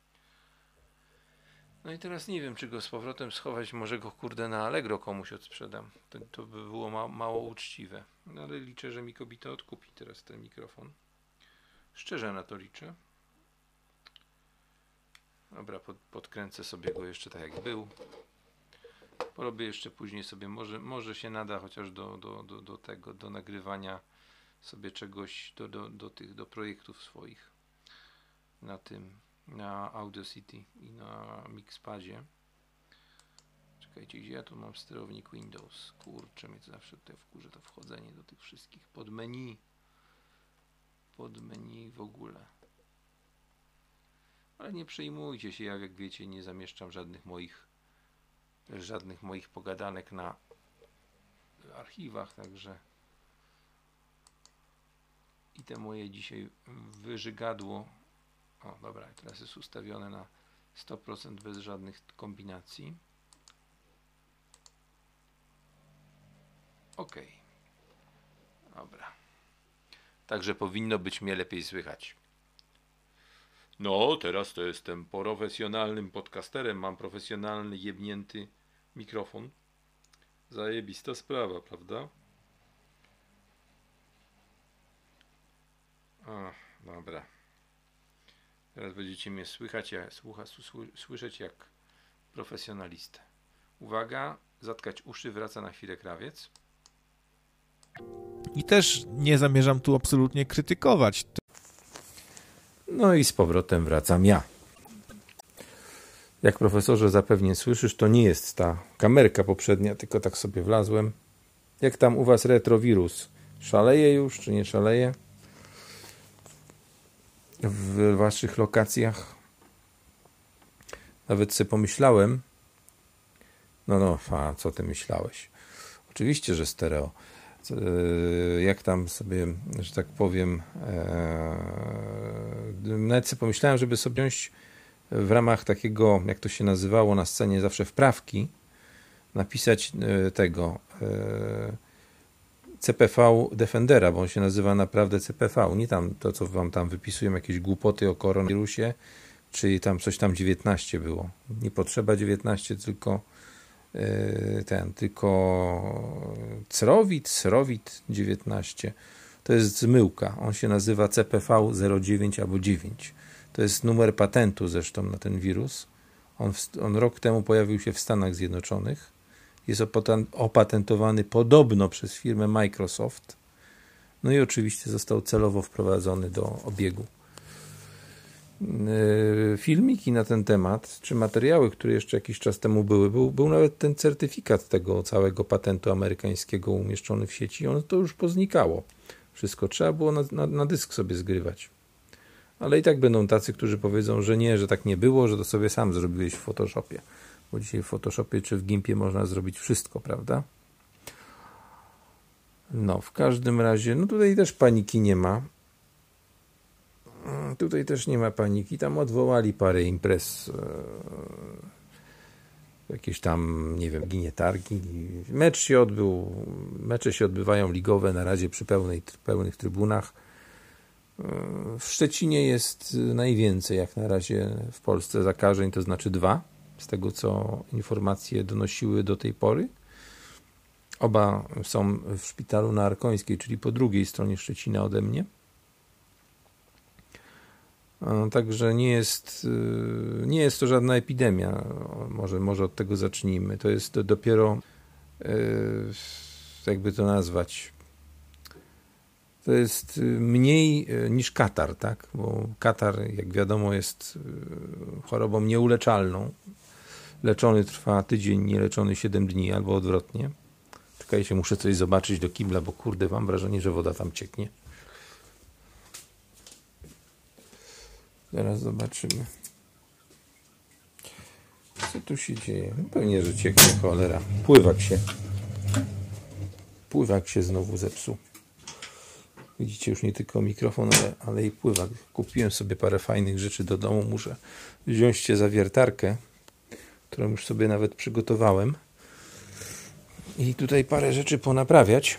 No i teraz nie wiem, czy go z powrotem schować, może go kurde na Allegro komuś odsprzedam. To, to by było ma mało uczciwe. No ale liczę, że mi kobieta odkupi teraz ten mikrofon. Szczerze na to liczę. Dobra, pod, podkręcę sobie go jeszcze tak jak był. Porobię jeszcze później sobie, może, może się nada chociaż do, do, do, do tego, do nagrywania sobie czegoś, do, do, do tych, do projektów swoich na tym, na Audacity i na Mixpadzie. Czekajcie, gdzie ja tu mam sterownik Windows? Kurczę, mnie to zawsze tutaj wkurza to wchodzenie do tych wszystkich pod menu. Pod menu w ogóle. Ale nie przejmujcie się, ja jak wiecie nie zamieszczam żadnych moich żadnych moich pogadanek na archiwach, także i te moje dzisiaj wyżygadło, o dobra, teraz jest ustawione na sto procent bez żadnych kombinacji. Ok, dobra, także powinno być mnie lepiej słychać. No, teraz to jestem profesjonalnym podcasterem, mam profesjonalny jebnięty mikrofon. Zajebista sprawa, prawda? Ach, dobra. Teraz będziecie mnie słychać, ja słucha, słyszeć jak profesjonalistę. Uwaga, zatkać uszy, wraca na chwilę krawiec. I też nie zamierzam tu absolutnie krytykować. No i z powrotem wracam ja. Jak profesorze zapewnie słyszysz, to nie jest ta kamerka poprzednia, tylko tak sobie wlazłem. Jak tam u was retrowirus? Szaleje już, czy nie szaleje? W waszych lokacjach? Nawet sobie pomyślałem. No, no, a co ty myślałeś? Oczywiście, że stereo. Jak tam sobie, że tak powiem, nawet sobie pomyślałem, żeby sobie wziąć w ramach takiego, jak to się nazywało na scenie zawsze wprawki, napisać tego C P V Defendera, bo on się nazywa naprawdę C P V, nie tam to, co wam tam wypisują, jakieś głupoty o koronawirusie, czy tam coś tam dziewiętnaście było. Nie potrzeba dziewiętnaście, tylko ten, tylko Crowit, Crowit dziewiętnaście. To jest zmyłka. On się nazywa C P V zero dziewięć albo dziewięć. To jest numer patentu zresztą na ten wirus. On, on rok temu pojawił się w Stanach Zjednoczonych. Jest opatentowany podobno przez firmę Microsoft. No i oczywiście został celowo wprowadzony do obiegu. Filmiki na ten temat, czy materiały, które jeszcze jakiś czas temu były, był, był nawet ten certyfikat tego całego patentu amerykańskiego umieszczony w sieci. Ono to już poznikało. Wszystko trzeba było na, na, na dysk sobie zgrywać. Ale i tak będą tacy, którzy powiedzą, że nie, że tak nie było, że to sobie sam zrobiłeś w Photoshopie. Bo dzisiaj w Photoshopie czy w Gimpie można zrobić wszystko, prawda? No, w każdym razie, no tutaj też paniki nie ma. Tutaj też nie ma paniki. Tam odwołali parę imprez. Jakieś tam, nie wiem, ginie targi. Mecz się odbył. Mecze się odbywają ligowe na razie przy pełnej, pełnych trybunach. W Szczecinie jest najwięcej jak na razie w Polsce zakażeń, to znaczy dwa. Z tego, co informacje donosiły do tej pory. Oba są w szpitalu na Arkońskiej, czyli po drugiej stronie Szczecina ode mnie. Także nie jest, nie jest to żadna epidemia. Może, może od tego zacznijmy. To jest dopiero, jakby to nazwać, to jest mniej niż katar, tak? Bo katar, jak wiadomo, jest chorobą nieuleczalną. Leczony trwa tydzień, nieleczony siedem dni, albo odwrotnie. Czekajcie, muszę coś zobaczyć do kibla, bo kurde, mam wrażenie, że woda tam cieknie. Zaraz zobaczymy. Co tu się dzieje? No pewnie, że cieknie, cholera. Pływak się. Pływak się znowu zepsuł. Widzicie, już nie tylko mikrofon, ale, ale i pływak. Kupiłem sobie parę fajnych rzeczy do domu. Muszę wziąć zawiertarkę, którą już sobie nawet przygotowałem. I tutaj parę rzeczy ponaprawiać.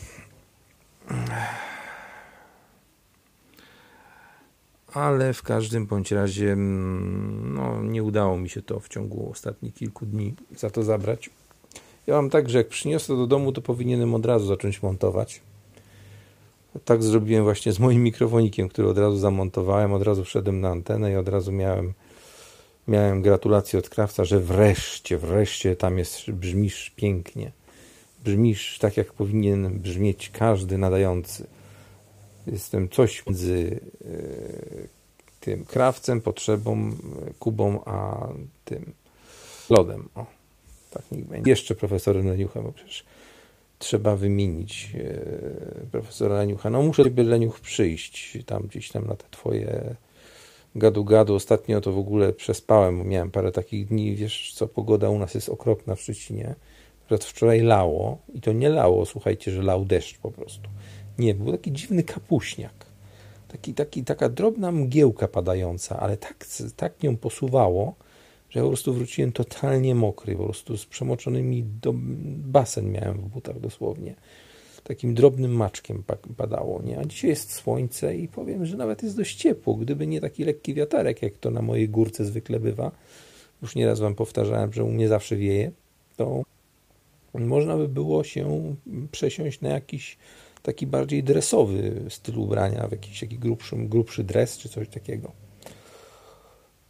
Ale w każdym bądź razie no, nie udało mi się to w ciągu ostatnich kilku dni za to zabrać. Ja mam tak, że jak przyniosę to do domu, to powinienem od razu zacząć montować. Tak zrobiłem właśnie z moim mikrofonikiem, który od razu zamontowałem, od razu wszedłem na antenę i od razu miałem, miałem gratulacje od krawca, że wreszcie, wreszcie tam jest, brzmisz pięknie. Brzmisz tak, jak powinien brzmieć każdy nadający. Jestem coś między tym krawcem, potrzebą, Kubą, a tym lodem. O, tak niech będzie. Jeszcze profesorem Leniuchem, bo przecież trzeba wymienić profesora Leniucha. No muszę sobie, Leniuch, przyjść tam gdzieś tam na te twoje gadu-gadu. Ostatnio to w ogóle przespałem, bo miałem parę takich dni. Wiesz co, pogoda u nas jest okropna w Szczecinie. Wczoraj lało i to nie lało, słuchajcie, że lał deszcz po prostu. Nie, był taki dziwny kapuśniak. Taki, taki, taka drobna mgiełka padająca, ale tak, tak nią posuwało, że ja po prostu wróciłem totalnie mokry, po prostu z przemoczonymi do basen miałem w butach dosłownie. Takim drobnym maczkiem padało, nie? A dzisiaj jest słońce i powiem, że nawet jest dość ciepło. Gdyby nie taki lekki wiaterek, jak to na mojej górce zwykle bywa, już nieraz wam powtarzałem, że u mnie zawsze wieje, to można by było się przesiąść na jakiś taki bardziej dresowy styl ubrania, w jakiś taki grubszy, grubszy dres czy coś takiego.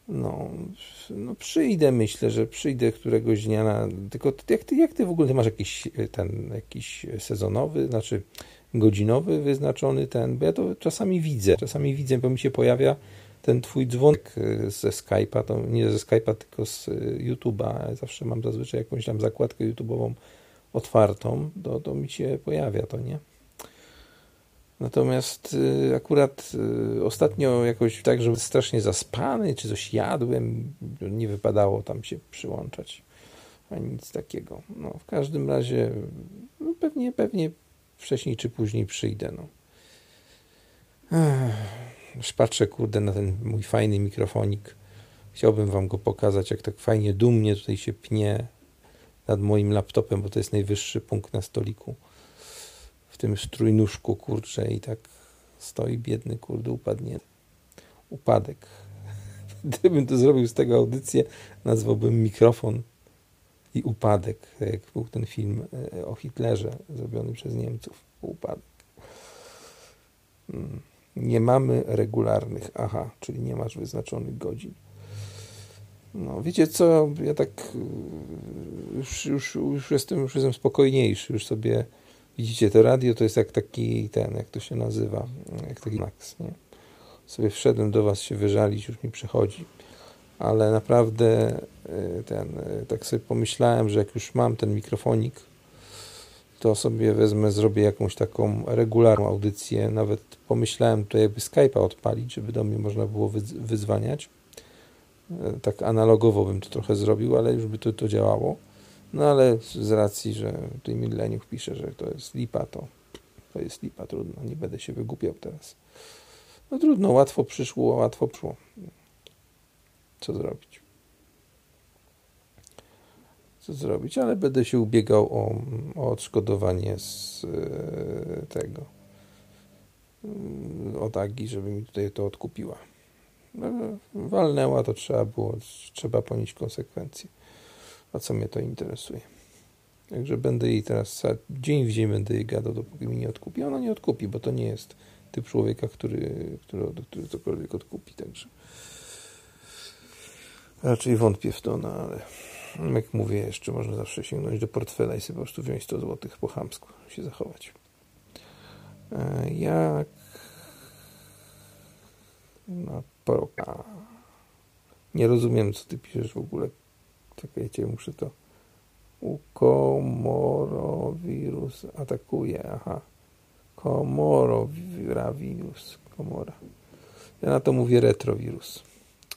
No, no przyjdę, myślę, że przyjdę któregoś dnia na... Tylko jak ty, jak ty w ogóle, ty masz jakiś ten, jakiś sezonowy, znaczy godzinowy wyznaczony ten, bo ja to czasami widzę, czasami widzę, bo mi się pojawia ten twój dzwonek ze Skype'a, to nie ze Skype'a, tylko z YouTube'a. Ja zawsze mam zazwyczaj jakąś tam zakładkę YouTube'ową otwartą, to, to mi się pojawia to, nie? Natomiast y, akurat y, ostatnio jakoś tak, że strasznie zaspany, czy coś jadłem, nie wypadało tam się przyłączać, ani nic takiego. No, w każdym razie no, pewnie, pewnie wcześniej czy później przyjdę, no. Ech, już patrzę, kurde, na ten mój fajny mikrofonik. Chciałbym wam go pokazać, jak tak fajnie, dumnie tutaj się pnie nad moim laptopem, bo to jest najwyższy punkt na stoliku. W tym strójnóżku, kurczę, i tak stoi biedny, kurde, upadnie. Upadek. Gdybym to zrobił z tego audycję, nazwałbym mikrofon i upadek, jak był ten film o Hitlerze zrobiony przez Niemców. Upadek. Nie mamy regularnych. Aha, czyli nie masz wyznaczonych godzin. No, wiecie co, ja tak już, już, już, jestem, już jestem spokojniejszy, już sobie widzicie, to radio to jest jak taki ten, jak to się nazywa, jak taki Max, nie? Sobie wszedłem do was się wyżalić, już mi przechodzi, ale naprawdę ten, tak sobie pomyślałem, że jak już mam ten mikrofonik, to sobie wezmę, zrobię jakąś taką regularną audycję, nawet pomyślałem tutaj jakby Skype'a odpalić, żeby do mnie można było wyz- wyzwaniać. Tak analogowo bym to trochę zrobił, ale już by to, to działało. No ale z racji, że tutaj Mileniuch pisze, że to jest lipa, to, to jest lipa, trudno, nie będę się wygłupiał teraz. No trudno, łatwo przyszło, łatwo przyszło. Co zrobić? Co zrobić, ale będę się ubiegał o, o odszkodowanie z e, tego, od Agi, żeby mi tutaj to odkupiła. No, walnęła, to trzeba było, trzeba ponieść konsekwencje. A co mnie to interesuje? Także będę jej teraz dzień w dzień będę jej gadał, dopóki mi nie odkupi. Ona nie odkupi, bo to nie jest typ człowieka, który, który, który cokolwiek odkupi. Także raczej wątpię w to, no ale jak mówię, jeszcze można zawsze sięgnąć do portfela i sobie po prostu wziąć sto złotych po chamsku, się zachować. Jak na proka. Nie rozumiem, co ty piszesz w ogóle. Czekajcie, muszę to. U komorowirus atakuje. Aha. Komorowirus. Komora. Ja na to mówię retrowirus.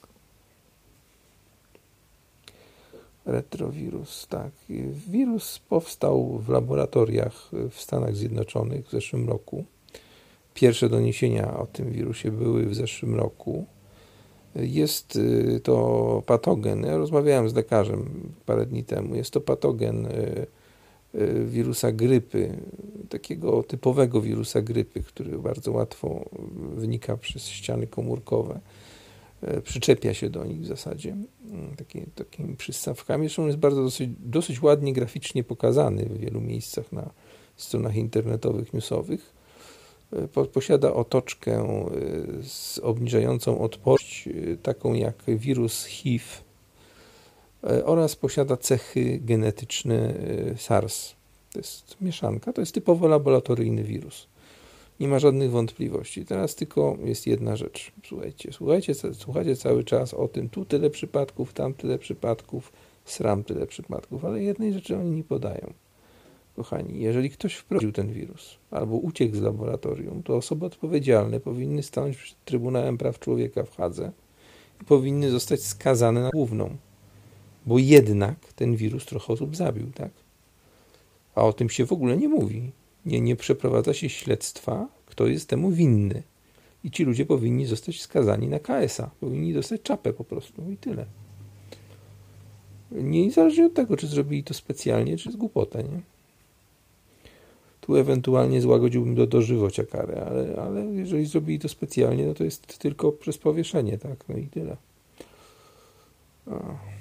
Retrowirus, tak. Wirus powstał w laboratoriach w Stanach Zjednoczonych w zeszłym roku. Pierwsze doniesienia o tym wirusie były w zeszłym roku. Jest to patogen, ja rozmawiałem z lekarzem parę dni temu, jest to patogen wirusa grypy, takiego typowego wirusa grypy, który bardzo łatwo wnika przez ściany komórkowe, przyczepia się do nich w zasadzie taki, takimi przystawkami. Zresztą jest bardzo dosyć, dosyć ładnie graficznie pokazany w wielu miejscach na stronach internetowych, newsowych. Posiada otoczkę z obniżającą odporność, taką jak wirus H I V, oraz posiada cechy genetyczne SARS. To jest mieszanka, to jest typowo laboratoryjny wirus. Nie ma żadnych wątpliwości. Teraz tylko jest jedna rzecz. Słuchajcie, słuchajcie, słuchajcie cały czas o tym, tu tyle przypadków, tam tyle przypadków, sram tyle przypadków, ale jednej rzeczy oni nie podają. Kochani, jeżeli ktoś wprowadził ten wirus albo uciekł z laboratorium, to osoby odpowiedzialne powinny stanąć przed Trybunałem Praw Człowieka w Hadze i powinny zostać skazane na główną, bo jednak ten wirus trochę osób zabił, tak? A o tym się w ogóle nie mówi. Nie, nie przeprowadza się śledztwa, kto jest temu winny. I ci ludzie powinni zostać skazani na K S a. Powinni dostać czapę po prostu i tyle. Niezależnie od tego, czy zrobili to specjalnie, czy z głupotę, nie? Tu ewentualnie złagodziłbym do dożywocia karę, ale, ale jeżeli zrobili to specjalnie, no to jest tylko przez powieszenie, tak? No i tyle. O.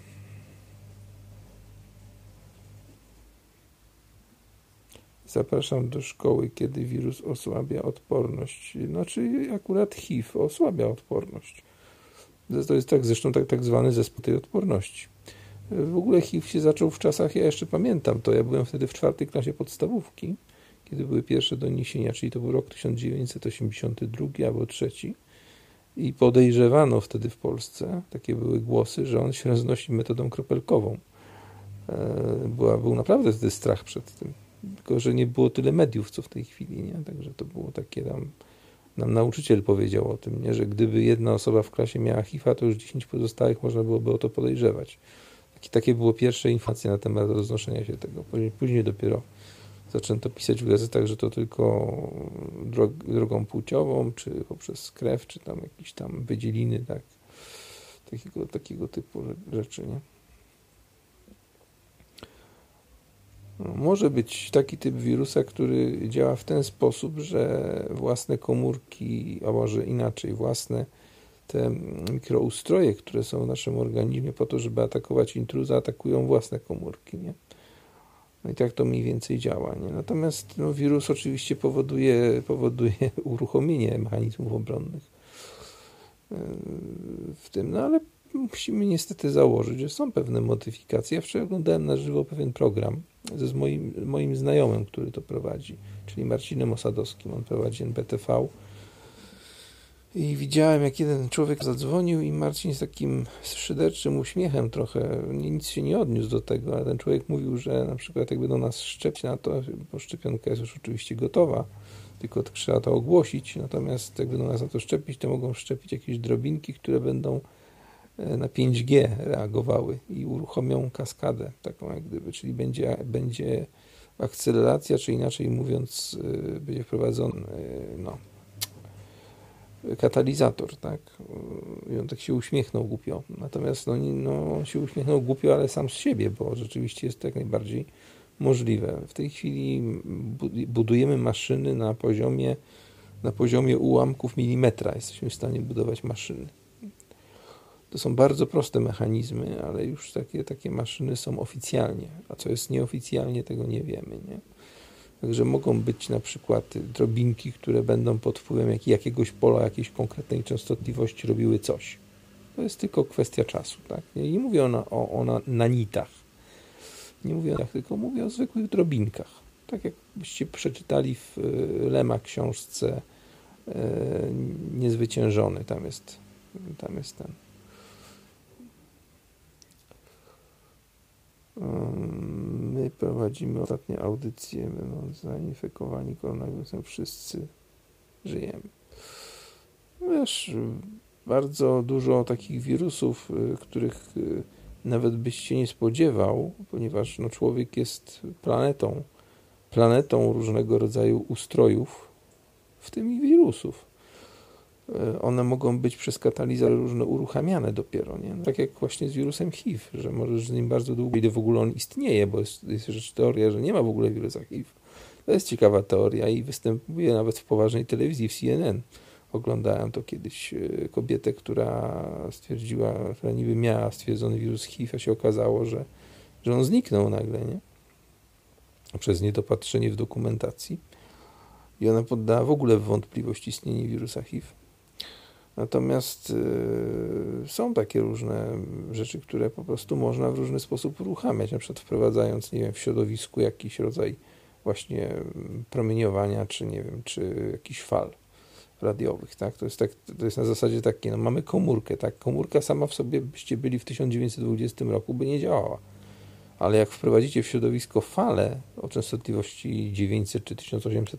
Zapraszam do szkoły, kiedy wirus osłabia odporność. Znaczy akurat H I V osłabia odporność. To jest tak zresztą tak, tak zwany zespół tej odporności. W ogóle H I V się zaczął w czasach, ja jeszcze pamiętam to, ja byłem wtedy w czwartej klasie podstawówki, kiedy były pierwsze doniesienia, czyli to był rok tysiąc dziewięćset osiemdziesiąty drugi albo trzeci i podejrzewano wtedy w Polsce, takie były głosy, że on się roznosi metodą kropelkową. Była, był naprawdę wtedy strach przed tym, tylko że nie było tyle mediów, co w tej chwili, nie? Także to było takie tam, nam nauczyciel powiedział o tym, nie? Że gdyby jedna osoba w klasie miała H I V a, to już dziesięć pozostałych można byłoby o to podejrzewać. Takie, takie było pierwsze informacje na temat roznoszenia się tego. Później, później dopiero zaczęto pisać w gazetach, że to tylko drog, drogą płciową, czy poprzez krew, czy tam jakieś tam wydzieliny, tak? Takiego, takiego typu rzeczy, nie? No, może być taki typ wirusa, który działa w ten sposób, że własne komórki, a może inaczej, własne te mikroustroje, które są w naszym organizmie po to, żeby atakować intruza, atakują własne komórki, nie? No i tak to mniej więcej działa, nie? Natomiast no, wirus oczywiście powoduje, powoduje uruchomienie mechanizmów obronnych w tym, no ale musimy niestety założyć, że są pewne modyfikacje. Ja wczoraj oglądałem na żywo pewien program ze z moim, moim znajomym, który to prowadzi, czyli Marcinem Osadowskim. On prowadzi N B T V. I widziałem, jak jeden człowiek zadzwonił i Marcin z takim szyderczym uśmiechem trochę, nic się nie odniósł do tego, ale ten człowiek mówił, że na przykład jak będą nas szczepić na to, bo szczepionka jest już oczywiście gotowa, tylko trzeba to ogłosić, natomiast jak będą nas na to szczepić, to mogą szczepić jakieś drobinki, które będą na pięć G reagowały i uruchomią kaskadę taką jak gdyby, czyli będzie, będzie akceleracja, czy inaczej mówiąc będzie wprowadzony no, katalizator, tak? I on tak się uśmiechnął głupio. Natomiast no, no, on się uśmiechnął głupio, ale sam z siebie, bo rzeczywiście jest to jak najbardziej możliwe. W tej chwili budujemy maszyny na poziomie na poziomie ułamków milimetra. Jesteśmy w stanie budować maszyny. To są bardzo proste mechanizmy, ale już takie, takie maszyny są oficjalnie. A co jest nieoficjalnie, tego nie wiemy, nie? Także mogą być na przykład drobinki, które będą pod wpływem jak, jakiegoś pola, jakiejś konkretnej częstotliwości robiły coś. To jest tylko kwestia czasu, tak? Nie mówię o, o, o nanitach. Nie mówię o nich, tylko mówię o zwykłych drobinkach. Tak jakbyście przeczytali w Lema książce e, Niezwyciężony. Tam jest, tam jest ten. My prowadzimy ostatnie audycje, będąc zainfekowani koronawirusem, wszyscy żyjemy. Wiesz, bardzo dużo takich wirusów, których nawet byś się nie spodziewał, ponieważ no, człowiek jest planetą, planetą różnego rodzaju ustrojów, w tym i wirusów. One mogą być przez katalizator różne uruchamiane dopiero, nie? Tak jak właśnie z wirusem H I V, że możesz z nim bardzo długo, ile w ogóle on istnieje, bo jest, jest rzecz teoria, że nie ma w ogóle wirusa H I V. To jest ciekawa teoria i występuje nawet w poważnej telewizji, w C N N. Oglądałem to kiedyś kobietę, która stwierdziła, która niby miała stwierdzony wirus H I V, a się okazało, że, że on zniknął nagle, nie? Przez niedopatrzenie w dokumentacji. I ona poddała w ogóle w wątpliwość istnienie wirusa H I V. Natomiast y, są takie różne rzeczy, które po prostu można w różny sposób uruchamiać, na przykład wprowadzając, nie wiem, w środowisku jakiś rodzaj właśnie promieniowania, czy nie wiem, czy jakichś fal radiowych, tak? To jest, tak, to jest na zasadzie takie, no mamy komórkę, tak? Komórka sama w sobie, byście byli w tysiąc dziewięćset dwudziestym roku, by nie działała. Ale jak wprowadzicie w środowisko falę o częstotliwości dziewięćset czy tysiąc osiemset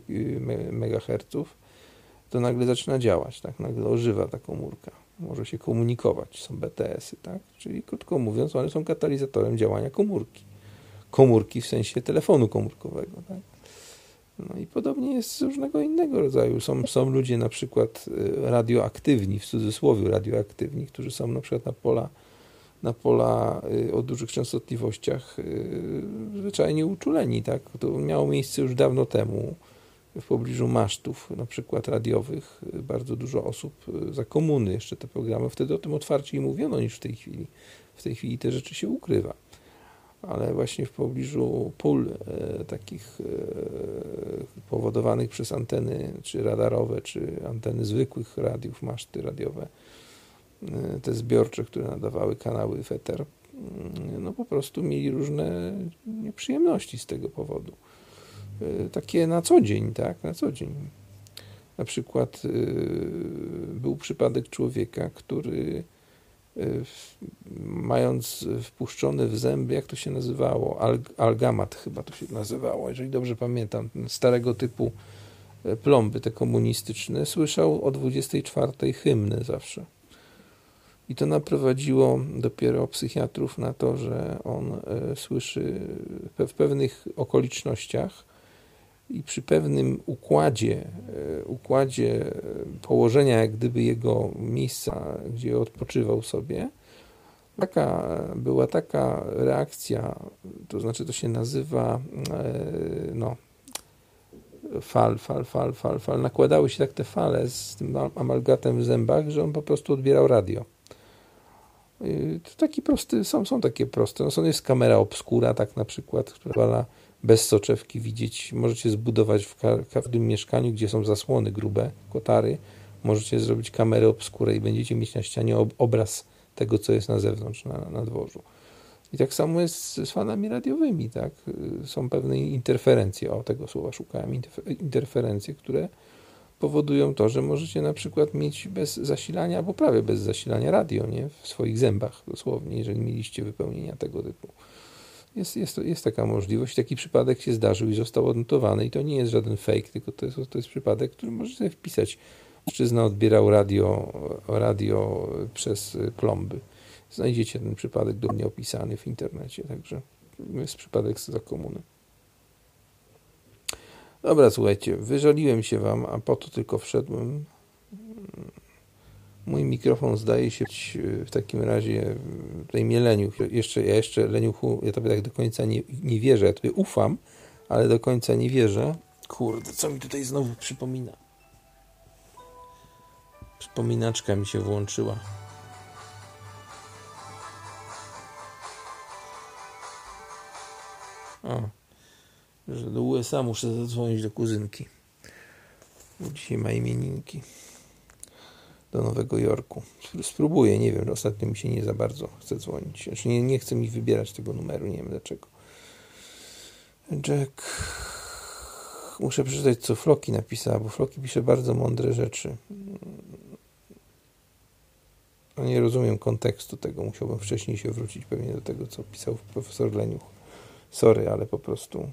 megaherców, to nagle zaczyna działać, tak? Nagle ożywa ta komórka. Może się komunikować. Są B T S y, tak? Czyli krótko mówiąc, one są katalizatorem działania komórki. Komórki w sensie telefonu komórkowego, tak? No i podobnie jest z różnego innego rodzaju. Są, są ludzie na przykład radioaktywni, w cudzysłowie radioaktywni, którzy są na przykład na pola na pola o dużych częstotliwościach zwyczajnie uczuleni, tak? To miało miejsce już dawno temu w pobliżu masztów, na przykład radiowych. Bardzo dużo osób za komuny jeszcze te programy. Wtedy o tym otwarciej mówiono niż w tej chwili. W tej chwili te rzeczy się ukrywa. Ale właśnie w pobliżu pól e, takich e, powodowanych przez anteny, czy radarowe, czy anteny zwykłych radiów, maszty radiowe, te zbiorcze, które nadawały kanały w eter, no po prostu mieli różne nieprzyjemności z tego powodu. Takie na co dzień, tak, na co dzień. Na przykład był przypadek człowieka, który mając wpuszczony w zęby, jak to się nazywało, Al- algamat chyba to się nazywało, jeżeli dobrze pamiętam, starego typu plomby te komunistyczne, słyszał o dwudziestej czwartej hymny zawsze. I to naprowadziło dopiero psychiatrów na to, że on e, słyszy pe- w pewnych okolicznościach i przy pewnym układzie, e, układzie położenia jak gdyby jego miejsca, gdzie odpoczywał sobie, taka, była taka reakcja, to znaczy to się nazywa e, no, fal, fal, fal, fal, fal. Nakładały się tak te fale z tym amalgatem w zębach, że on po prostu odbierał radio. To taki prosty, są, są takie proste. No, są, jest kamera obskura, tak na przykład, która pozwala bez soczewki widzieć. Możecie zbudować w ka- każdym mieszkaniu, gdzie są zasłony grube, kotary, możecie zrobić kamerę obskurę i będziecie mieć na ścianie ob- obraz tego, co jest na zewnątrz, na, na dworzu. I tak samo jest z falami radiowymi, tak? Są pewne interferencje, o tego słowa szukałem, interferencje, które powodują to, że możecie na przykład mieć bez zasilania, albo prawie bez zasilania radio, nie? W swoich zębach dosłownie, jeżeli mieliście wypełnienia tego typu. Jest, jest, jest taka możliwość, taki przypadek się zdarzył i został odnotowany i to nie jest żaden fake, tylko to jest, to jest przypadek, który możecie sobie wpisać. Mężczyzna odbierał radio, radio przez plomby. Znajdziecie ten przypadek dokładnie opisany w internecie, także jest przypadek za komuny. Dobra, słuchajcie, wyżaliłem się wam, a po to tylko wszedłem. Mój mikrofon zdaje się być w takim razie tutaj mnie Leniuch. Jeszcze, ja jeszcze Leniuchu, ja tobie tak do końca nie, nie wierzę, ja tobie ufam, ale do końca nie wierzę. Kurde, co mi tutaj znowu przypomina? Przypominaczka mi się włączyła. O, że do U S A muszę zadzwonić do kuzynki. Dzisiaj ma imieninki. Do Nowego Jorku. Spróbuję, nie wiem, ostatnio mi się nie za bardzo chce dzwonić. Znaczy nie, nie chce mi wybierać tego numeru, nie wiem dlaczego. Jack. Muszę przeczytać, co Floki napisała, bo Floki pisze bardzo mądre rzeczy. No nie rozumiem kontekstu tego. Musiałbym wcześniej się wrócić pewnie do tego, co pisał profesor Leniuch. Sorry, ale po prostu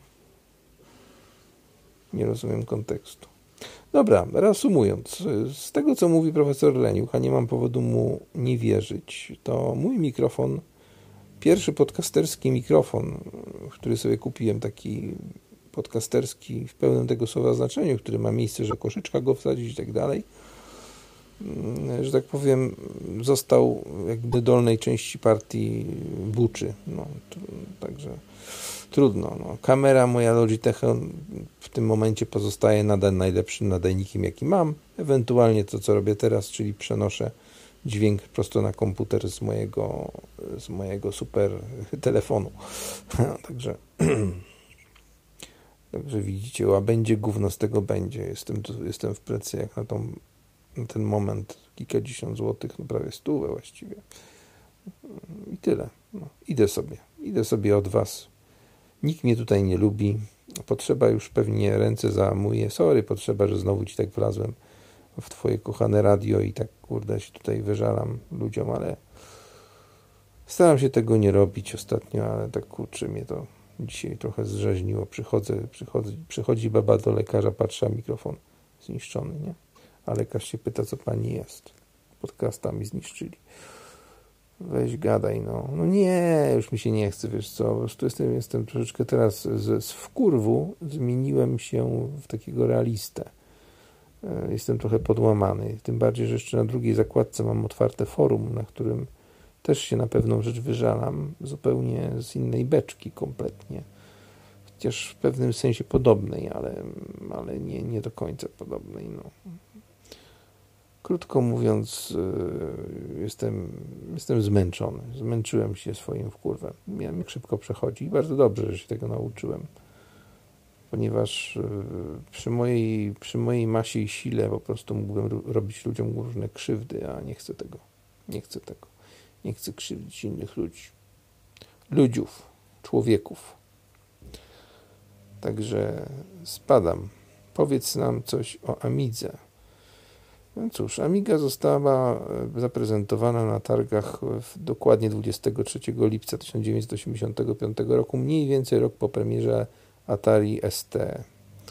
nie rozumiem kontekstu. Dobra, reasumując, z tego, co mówi profesor Leniuch, a nie mam powodu mu nie wierzyć, to mój mikrofon, pierwszy podcasterski mikrofon, który sobie kupiłem, taki podcasterski w pełnym tego słowa znaczeniu, który ma miejsce, że koszyczka go wsadzić i tak dalej, że tak powiem, został jakby dolnej części partii buczy. No, to, także trudno. No. Kamera moja Logitech w tym momencie pozostaje nadal najlepszym nadajnikiem, jaki mam. Ewentualnie to, co robię teraz, czyli przenoszę dźwięk prosto na komputer z mojego, z mojego super telefonu. Także także widzicie, a będzie gówno z tego będzie. Jestem, jestem w plecy jak na, tą, na ten moment kilkadziesiąt złotych, no prawie stówę właściwie. I tyle. No, idę sobie. Idę sobie od was. Nikt mnie tutaj nie lubi. Potrzeba już pewnie ręce załamuje. Sorry, potrzeba, że znowu ci tak wlazłem w twoje kochane radio i tak kurde się tutaj wyżalam ludziom, ale staram się tego nie robić ostatnio, ale tak kurczę mnie to dzisiaj trochę zrzeźniło. Przychodzę, przychodzi, przychodzi baba do lekarza, patrzy, a mikrofon zniszczony, nie? A lekarz się pyta, co pani jest. Podcastami zniszczyli. Weź gadaj, no. No nie, już mi się nie chce, wiesz co, po prostu jestem, jestem troszeczkę teraz z, z wkurwu zmieniłem się w takiego realistę. Jestem trochę podłamany. Tym bardziej, że jeszcze na drugiej zakładce mam otwarte forum, na którym też się na pewną rzecz wyżalam, zupełnie z innej beczki kompletnie. Chociaż w pewnym sensie podobnej, ale, ale nie, nie do końca podobnej, no. Krótko mówiąc, jestem, jestem zmęczony. Zmęczyłem się swoim wkurwem. Miałem szybko przechodzi i bardzo dobrze, że się tego nauczyłem. Ponieważ przy mojej, przy mojej masie i sile po prostu mógłbym robić ludziom różne krzywdy, a nie chcę tego. Nie chcę tego. Nie chcę krzywdzić innych ludzi. Ludziów, człowieków. Także spadam. Powiedz nam coś o Amidze. No cóż, Amiga została zaprezentowana na targach w dokładnie dwudziestego trzeciego lipca tysiąc dziewięćset osiemdziesiątego piątego roku, mniej więcej rok po premierze Atari S T.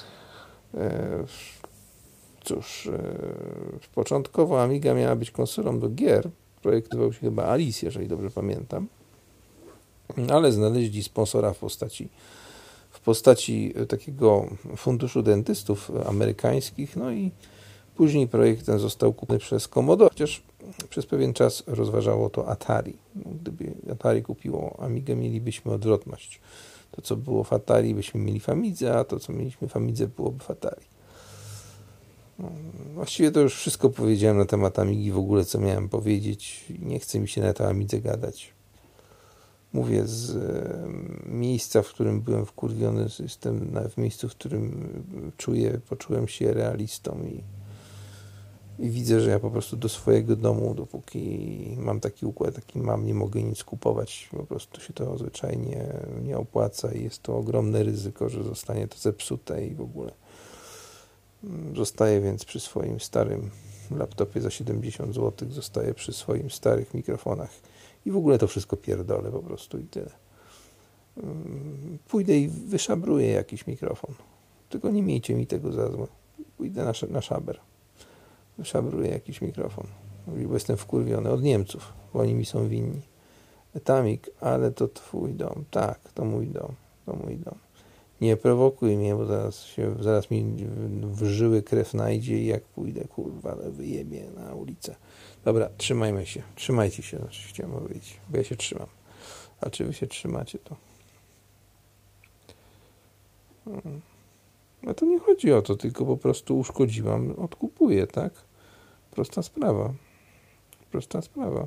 Cóż, początkowo Amiga miała być konsolą do gier. Projektował się chyba Alice, jeżeli dobrze pamiętam. Ale znaleźli sponsora w postaci w postaci takiego funduszu dentystów amerykańskich, no i później projekt ten został kupiony przez Commodore, chociaż przez pewien czas rozważało to Atari. Gdyby Atari kupiło Amigę, mielibyśmy odwrotność. To, co było w Atari, byśmy mieli w Amidze, a to, co mieliśmy w Amidze, byłoby w Atari. No, właściwie to już wszystko powiedziałem na temat Amigi, w ogóle co miałem powiedzieć. Nie chce mi się na to Amidze gadać. Mówię z e, miejsca, w którym byłem wkurwiony, jestem na, w miejscu, w którym czuję, poczułem się realistą i, i widzę, że ja po prostu do swojego domu, dopóki mam taki układ, jaki mam, nie mogę nic kupować. Po prostu się to zwyczajnie nie opłaca i jest to ogromne ryzyko, że zostanie to zepsute i w ogóle. Zostaję więc przy swoim starym laptopie za siedemdziesiąt złotych, zostaję przy swoim starych mikrofonach. I w ogóle to wszystko pierdolę po prostu i tyle. Pójdę i wyszabruję jakiś mikrofon. Tylko nie miejcie mi tego za złe. Pójdę na, na szaber. Wyszabruję jakiś mikrofon. Bo jestem wkurwiony od Niemców, bo oni mi są winni. Etamik, ale to twój dom. Tak, to mój dom. To mój dom. Nie prowokuj mnie, bo zaraz, się, zaraz mi w żyły krew najdzie i jak pójdę, kurwa, ale wyjebie na ulicę. Dobra, trzymajmy się. Trzymajcie się, znaczy chciałem powiedzieć, bo ja się trzymam. A czy wy się trzymacie, to... No to nie chodzi o to, tylko po prostu uszkodziłam, odkupuję, tak? Prosta sprawa. Prosta sprawa.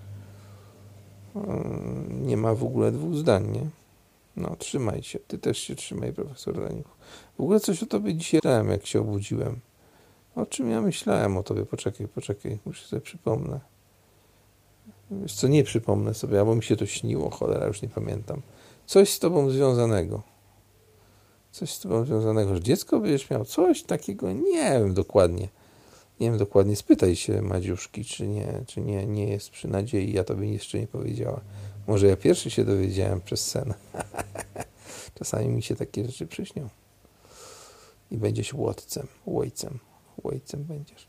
Nie ma w ogóle dwóch zdań, nie? No, trzymaj się. Ty też się trzymaj, profesor Daniuch. W ogóle coś o tobie dzisiaj myślałem, jak się obudziłem. O czym ja myślałem o tobie? Poczekaj, poczekaj. Muszę sobie przypomnę. Wiesz co, nie przypomnę sobie, albo mi się to śniło, cholera, już nie pamiętam. Coś z tobą związanego. Coś z tobą związanego, że dziecko będziesz miał. Coś takiego, nie wiem dokładnie. Nie wiem dokładnie. Spytaj się Madziuszki, czy nie, czy nie, nie jest przy nadziei. Ja tobie jeszcze nie powiedziała. Może ja pierwszy się dowiedziałem przez sen. Czasami mi się takie rzeczy przyśnią. I będziesz łotcem, łojcem. Łojcem będziesz.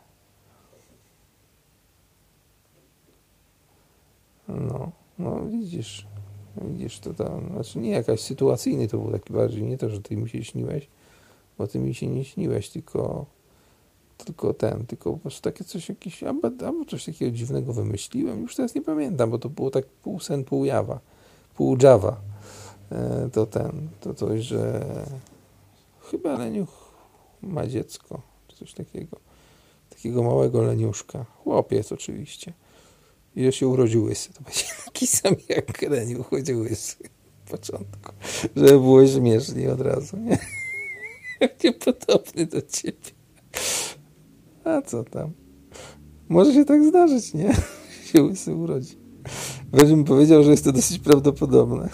No, no widzisz. Widzisz, to tam, znaczy nie jakaś sytuacyjny to był taki bardziej, nie to, że ty mi się śniłeś, bo ty mi się nie śniłeś, tylko tylko ten, tylko po prostu takie coś jakieś, albo, albo coś takiego dziwnego wymyśliłem, już teraz nie pamiętam, bo to było tak pół sen, pół jawa, pół Java. E, to ten, to coś, że chyba Leniuch ma dziecko, czy coś takiego, takiego małego Leniuszka, chłopiec oczywiście. I że się urodził łysy, to będzie taki sam jak Leniuch, chodził łysy w początku, żeby było śmiesznie od razu, nie? Jak niepodobny do ciebie. A co tam? Może się tak zdarzyć, nie? się łysy urodzi. Weź bym powiedział, że jest to dosyć prawdopodobne.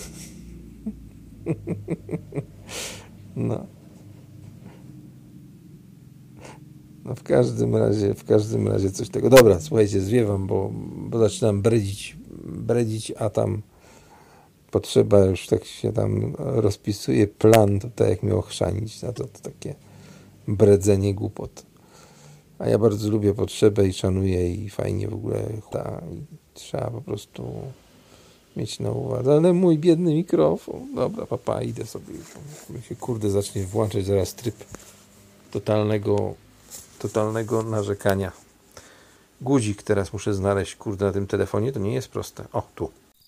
no. No w każdym razie, w każdym razie coś tego. Dobra, słuchajcie, zwiewam, bo, bo zaczynam bredzić, bredzić, a tam potrzeba, już tak się tam rozpisuje plan tutaj, jak mnie ochrzanić, na to, to takie bredzenie głupot. A ja bardzo lubię potrzebę i szanuję i fajnie w ogóle ta, i trzeba po prostu mieć na uwadze. Ale mój biedny mikrofon. Dobra, papa, idę sobie. Mi się kurde zacznie włączać zaraz tryb totalnego, totalnego narzekania. Guzik teraz muszę znaleźć, kurde, na tym telefonie. To nie jest proste. O, tu.